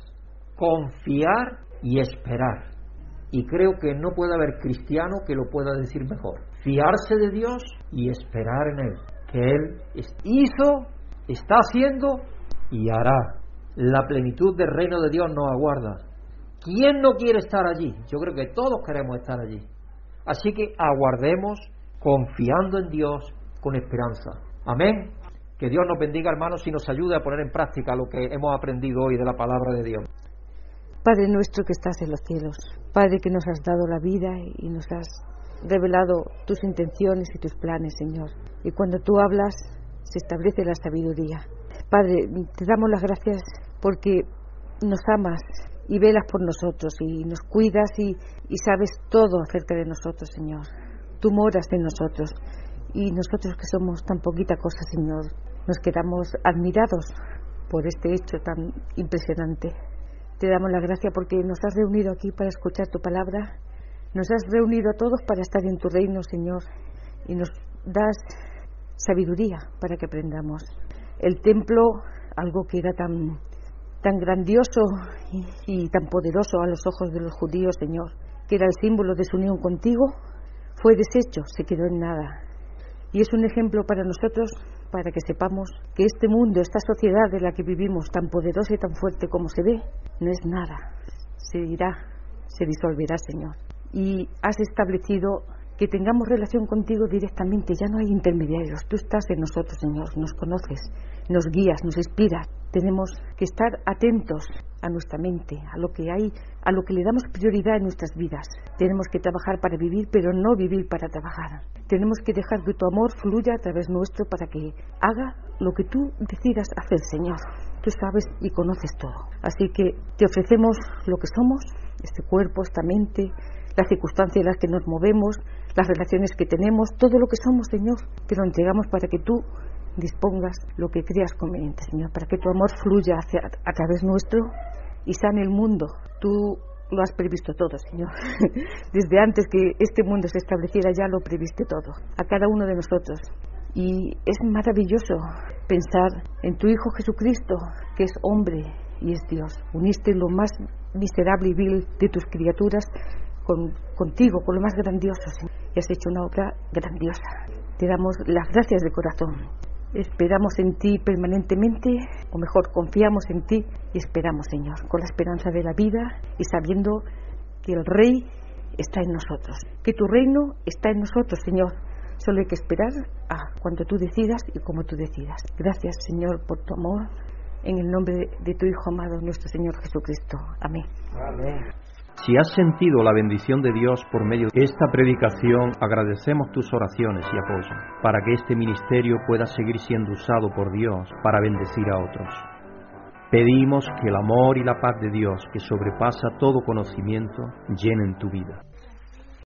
confiar y esperar. Y creo que no puede haber cristiano que lo pueda decir mejor. Fiarse de Dios y esperar en Él. Que Él hizo, está haciendo y hará. La plenitud del reino de Dios nos aguarda. ¿Quién no quiere estar allí? Yo creo que todos queremos estar allí. Así que aguardemos confiando en Dios con esperanza. Amén. Que Dios nos bendiga, hermanos, y nos ayude a poner en práctica lo que hemos aprendido hoy de la palabra de Dios. Padre nuestro que estás en los cielos, Padre que nos has dado la vida y nos has revelado tus intenciones y tus planes, Señor. Y cuando tú hablas, se establece la sabiduría. Padre, te damos las gracias porque nos amas y velas por nosotros y nos cuidas y, y sabes todo acerca de nosotros, Señor. Tú moras en nosotros y nosotros que somos tan poquita cosa, Señor, nos quedamos admirados por este hecho tan impresionante. Te damos la gracia porque nos has reunido aquí para escuchar tu palabra, nos has reunido a todos para estar en tu reino, Señor, y nos das sabiduría para que aprendamos. El templo, algo que era tan, tan grandioso y, y tan poderoso a los ojos de los judíos, Señor, que era el símbolo de su unión contigo, fue deshecho, se quedó en nada. Y es un ejemplo para nosotros, para que sepamos que este mundo, esta sociedad en la que vivimos, tan poderosa y tan fuerte como se ve, no es nada. Se irá, se disolverá, Señor. Y has establecido que tengamos relación contigo directamente, ya no hay intermediarios. Tú estás en nosotros, Señor, nos conoces, nos guías, nos inspiras. Tenemos que estar atentos a nuestra mente, a lo que hay, a lo que le damos prioridad en nuestras vidas. Tenemos que trabajar para vivir, pero no vivir para trabajar. Tenemos que dejar que tu amor fluya a través nuestro para que haga lo que tú decidas hacer, Señor. Tú sabes y conoces todo. Así que te ofrecemos lo que somos, este cuerpo, esta mente, las circunstancias en las que nos movemos, las relaciones que tenemos, todo lo que somos, Señor. Te lo entregamos para que tú dispongas lo que creas conveniente, Señor, para que tu amor fluya hacia, a través nuestro y sane el mundo. Tú lo has previsto todo, Señor. Desde antes que este mundo se estableciera ya lo previste todo, a cada uno de nosotros. Y es maravilloso pensar en tu Hijo Jesucristo, que es hombre y es Dios. Uniste lo más miserable y vil de tus criaturas con, contigo, con lo más grandioso, Señor. Y has hecho una obra grandiosa. Te damos las gracias de corazón. Esperamos en ti permanentemente, o mejor, confiamos en ti y esperamos, Señor, con la esperanza de la vida y sabiendo que el Rey está en nosotros, que tu reino está en nosotros, Señor. Solo hay que esperar a cuando tú decidas y como tú decidas. Gracias, Señor, por tu amor, en el nombre de, de tu Hijo amado, nuestro Señor Jesucristo. Amén. Amén. Si has sentido la bendición de Dios por medio de esta predicación, agradecemos tus oraciones y apoyo, para que este ministerio pueda seguir siendo usado por Dios para bendecir a otros. Pedimos que el amor y la paz de Dios, que sobrepasa todo conocimiento, llenen tu vida.